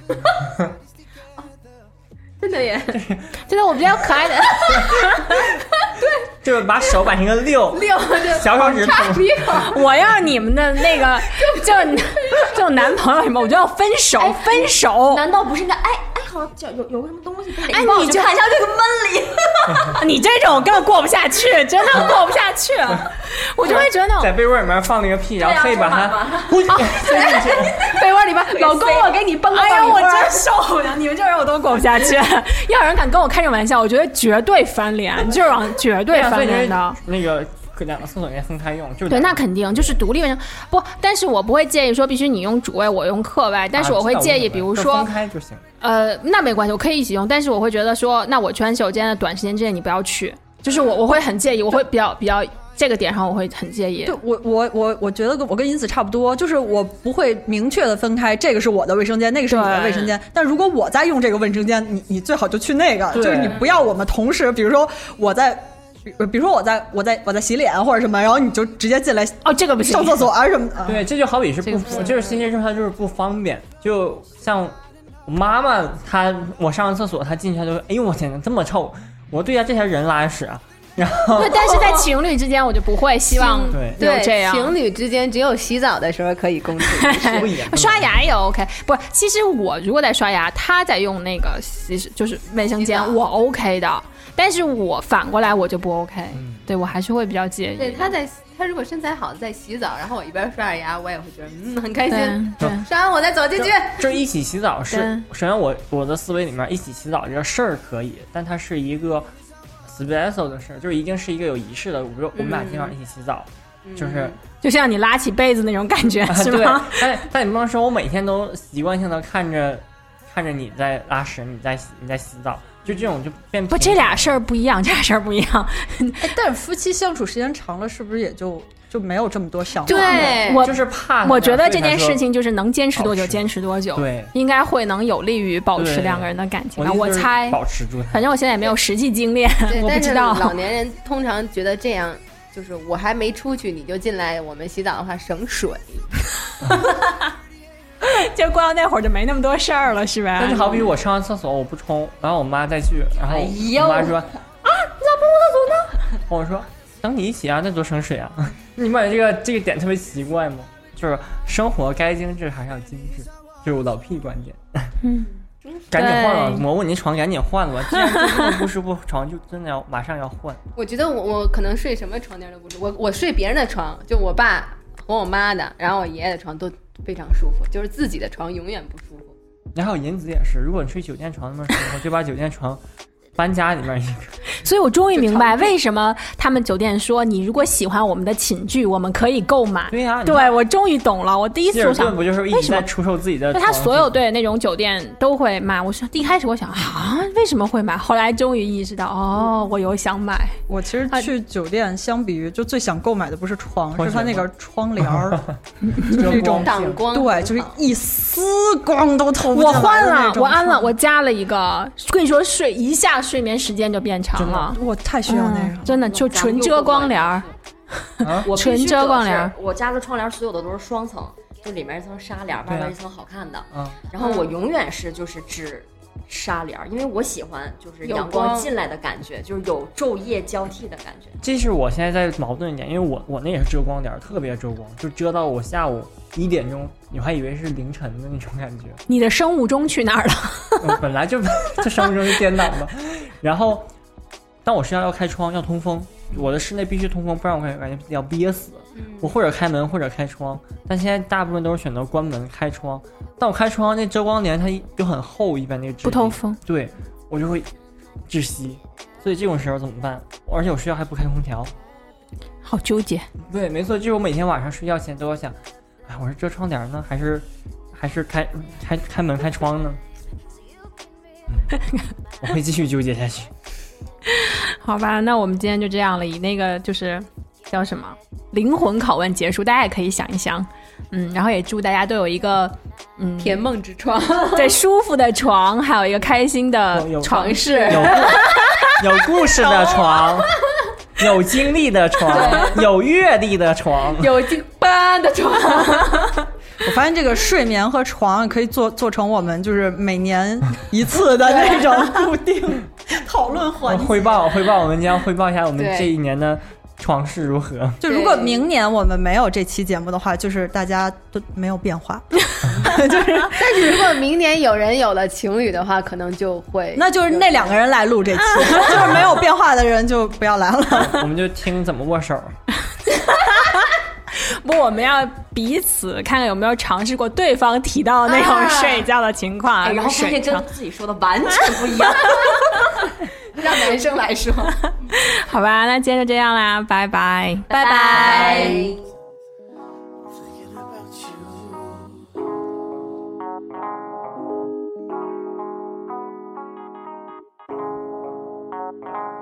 Speaker 7: 真的耶，
Speaker 2: 真的我比较可爱的，
Speaker 7: 对，
Speaker 6: 就是把手摆成个六
Speaker 7: 六，
Speaker 6: 小手指
Speaker 7: 插鼻孔。
Speaker 2: 我要你们的那个，就就男朋友什么，我就要分手，分手。
Speaker 4: 难道不是应该哎哎，好像有有个什么东西被
Speaker 2: 哎，你
Speaker 4: 就看一下这个闷里。
Speaker 2: 你这种我根本过不下去，真的过不下去。我就会觉得那种
Speaker 6: 在被窝里面放那个屁，然后可以把它
Speaker 2: 塞进去。被窝里边，老公我给你崩个。哎呀，我真受不了，你们这人我都过不下去。要有人敢跟我开这玩笑，我觉得绝对翻脸，就是往绝对翻脸的。
Speaker 6: 那个两个厕所应该分开用，就是
Speaker 2: 对，那肯定就是独立卫生不，但是我不会介意说必须你用主卫，我用客卫，但是我会介意，比如说
Speaker 6: 分开就行。
Speaker 2: 呃，那没关系，我可以一起用，但是我会觉得说，那我去完洗手间的短时间之内你不要去，就是我我会很介意，我会比较比较。这个点上我会很介意。
Speaker 3: 对，我我我我觉得我跟银子差不多，就是我不会明确的分开，这个是我的卫生间，那个是你的卫生间。但如果我在用这个卫生间，你你最好就去那个，就是你不要我们同时，比如说我在，比如说我在我在我在洗脸或者什么，然后你就直接进来
Speaker 2: 哦，这个不行，
Speaker 3: 上厕所啊什么的。
Speaker 6: 对，这就好比是不，这就是新鲜生它就是不方便，就像我妈妈她，我上完厕所她进去她就说，哎呦我天，这么臭！我对呀，这才人拉屎啊。然后
Speaker 2: 对，但是在情侣之间，我就不会希望有这样。
Speaker 7: 情侣之间只有洗澡的时候可以共处，
Speaker 2: 刷牙也 OK。不，其实我如果在刷牙，他在用那个洗就是卫生间，我 OK 的。但是我反过来我就不 OK，、嗯、对我还是会比较介意。
Speaker 7: 对，他在他如果身材好在洗澡，然后我一边刷着牙，我也会觉得嗯很开心。对，刷完我再走进去。
Speaker 6: 就一起洗澡是，首先我我的思维里面一起洗澡这个事儿可以，但它是一个。special 的事，就是一定是一个有仪式的。比如我们俩今晚一起洗澡，嗯、就是
Speaker 2: 就像你拉起被子那种感觉，是吗？
Speaker 6: 但但你不能说我每天都习惯性的看着看着你在拉屎，你在你在洗澡，就这种就变
Speaker 2: 不，这俩事儿不一样，这俩事儿不一样。
Speaker 3: 哎，但是夫妻相处时间长了，是不是也就就没有这么多想法？
Speaker 2: 对，
Speaker 6: 我就是怕。
Speaker 2: 我觉得这件事情就是能坚持多久坚持多久，
Speaker 6: 对，
Speaker 2: 应该会能有利于保持两个人的感情吧。我猜
Speaker 6: 保持住，
Speaker 2: 反正我现在也没有实际经验，我不知道。
Speaker 7: 老年人通常觉得这样，就是我还没出去你就进来，我们洗澡的话省水。
Speaker 2: 就过到那会儿就没那么多事儿了，是吧？
Speaker 6: 但是好比我上完厕所我不冲，然后我妈再去，然后我妈说、哎、啊
Speaker 2: 你咋不上厕所呢？
Speaker 6: 我说等你一起啊，那多省水啊！你们这个这个点特别奇怪吗？就是生活该精致还是要精致，就是我老屁观点。嗯，赶紧换了，蘑菇，你床赶紧换了吧！既然这么不舒服，床就真的要马上要换。
Speaker 7: 我觉得我我可能睡什么床垫都不舒服，我我睡别人的床，就我爸和我妈的，然后我爷爷的床都非常舒服，就是自己的床永远不舒服。
Speaker 6: 然后银子也是，如果你睡酒店床那么舒服，就把酒店床搬家里面一个。
Speaker 2: 所以我终于明白为什么他们酒店说你如果喜欢我们的寝具，我们可以购买。
Speaker 6: 对呀、啊，
Speaker 2: 对我终于懂了。我第一次我想，
Speaker 6: 不就是一直在出售自己的？
Speaker 2: 他所有对那种酒店都会卖。我说一开始我想啊，为什么会买？后来终于意识到，哦，我有想买。
Speaker 3: 我其实去酒店，相比于就最想购买的不是床，是它那个窗帘儿，就是那种
Speaker 7: 挡光，
Speaker 3: 对，就是一丝光都透不进来。
Speaker 2: 我换了，我安了，我加了一个。跟你说，睡一下睡眠时间就变长了。
Speaker 3: 我太需要那个、嗯，
Speaker 2: 真的就纯遮光帘儿。
Speaker 4: 啊、我
Speaker 2: 纯遮光帘，
Speaker 4: 我家的窗帘所有的都是双层，就里面一层纱帘，外面一层好看的。啊、然后我永远是就是只纱帘，因为我喜欢就是阳光进来的感觉，就是有昼夜交替的感觉。
Speaker 6: 这是我现在在矛盾一点，因为我我那也是遮光帘，特别遮光，就遮到我下午一点钟，你还以为是凌晨的那种感觉。
Speaker 2: 你的生物钟去哪儿了？
Speaker 6: 我本来就这生物钟就颠倒了，然后。当我室内要开窗要通风，我的室内必须通风，不然我感觉要憋死。我或者开门或者开窗，但现在大部分都是选择关门开窗。但我开窗那遮光帘它又很厚，一般那个质地
Speaker 2: 不透风，
Speaker 6: 对我就会窒息。 所以这种时候怎么办？而且我睡觉还不开空调。
Speaker 2: 好纠结。
Speaker 6: 对，没错，就是我每天晚上睡觉前都要想，哎，我是遮窗帘呢，还是还是开开开门开窗呢？嗯，我会继续纠结下去。
Speaker 2: 好吧，那我们今天就这样了，以那个就是叫什么灵魂拷问结束，大家也可以想一想，嗯，然后也祝大家都有一个嗯
Speaker 7: 甜梦之窗，
Speaker 2: 对，舒服的床，还有一个开心的
Speaker 6: 有有
Speaker 2: 床事，
Speaker 6: 有有故事的床，有经历的床，有阅历的床，
Speaker 7: 有经班的床。
Speaker 3: 我发现这个睡眠和床可以做做成我们就是每年一次的那种固定讨论环节。
Speaker 6: 汇报汇报，我们将汇报一下我们
Speaker 7: 对
Speaker 6: 这一年的床事如何。
Speaker 3: 就如果明年我们没有这期节目的话，就是大家都没有变化，就是
Speaker 7: 但是如果明年有人有了情侣的话，可能就会，
Speaker 3: 那就是那两个人来录这期，就是没有变化的人就不要来了。
Speaker 6: 我们就听怎么握手。
Speaker 2: 不，我们要彼此看看有没有尝试过对方提到那种睡觉的情况，
Speaker 4: 哎，然后发现跟自己说的完全不一样。
Speaker 7: 让男生来说。
Speaker 2: 好吧，那今天就这样啦，拜拜，
Speaker 4: 拜拜。
Speaker 9: Thank you.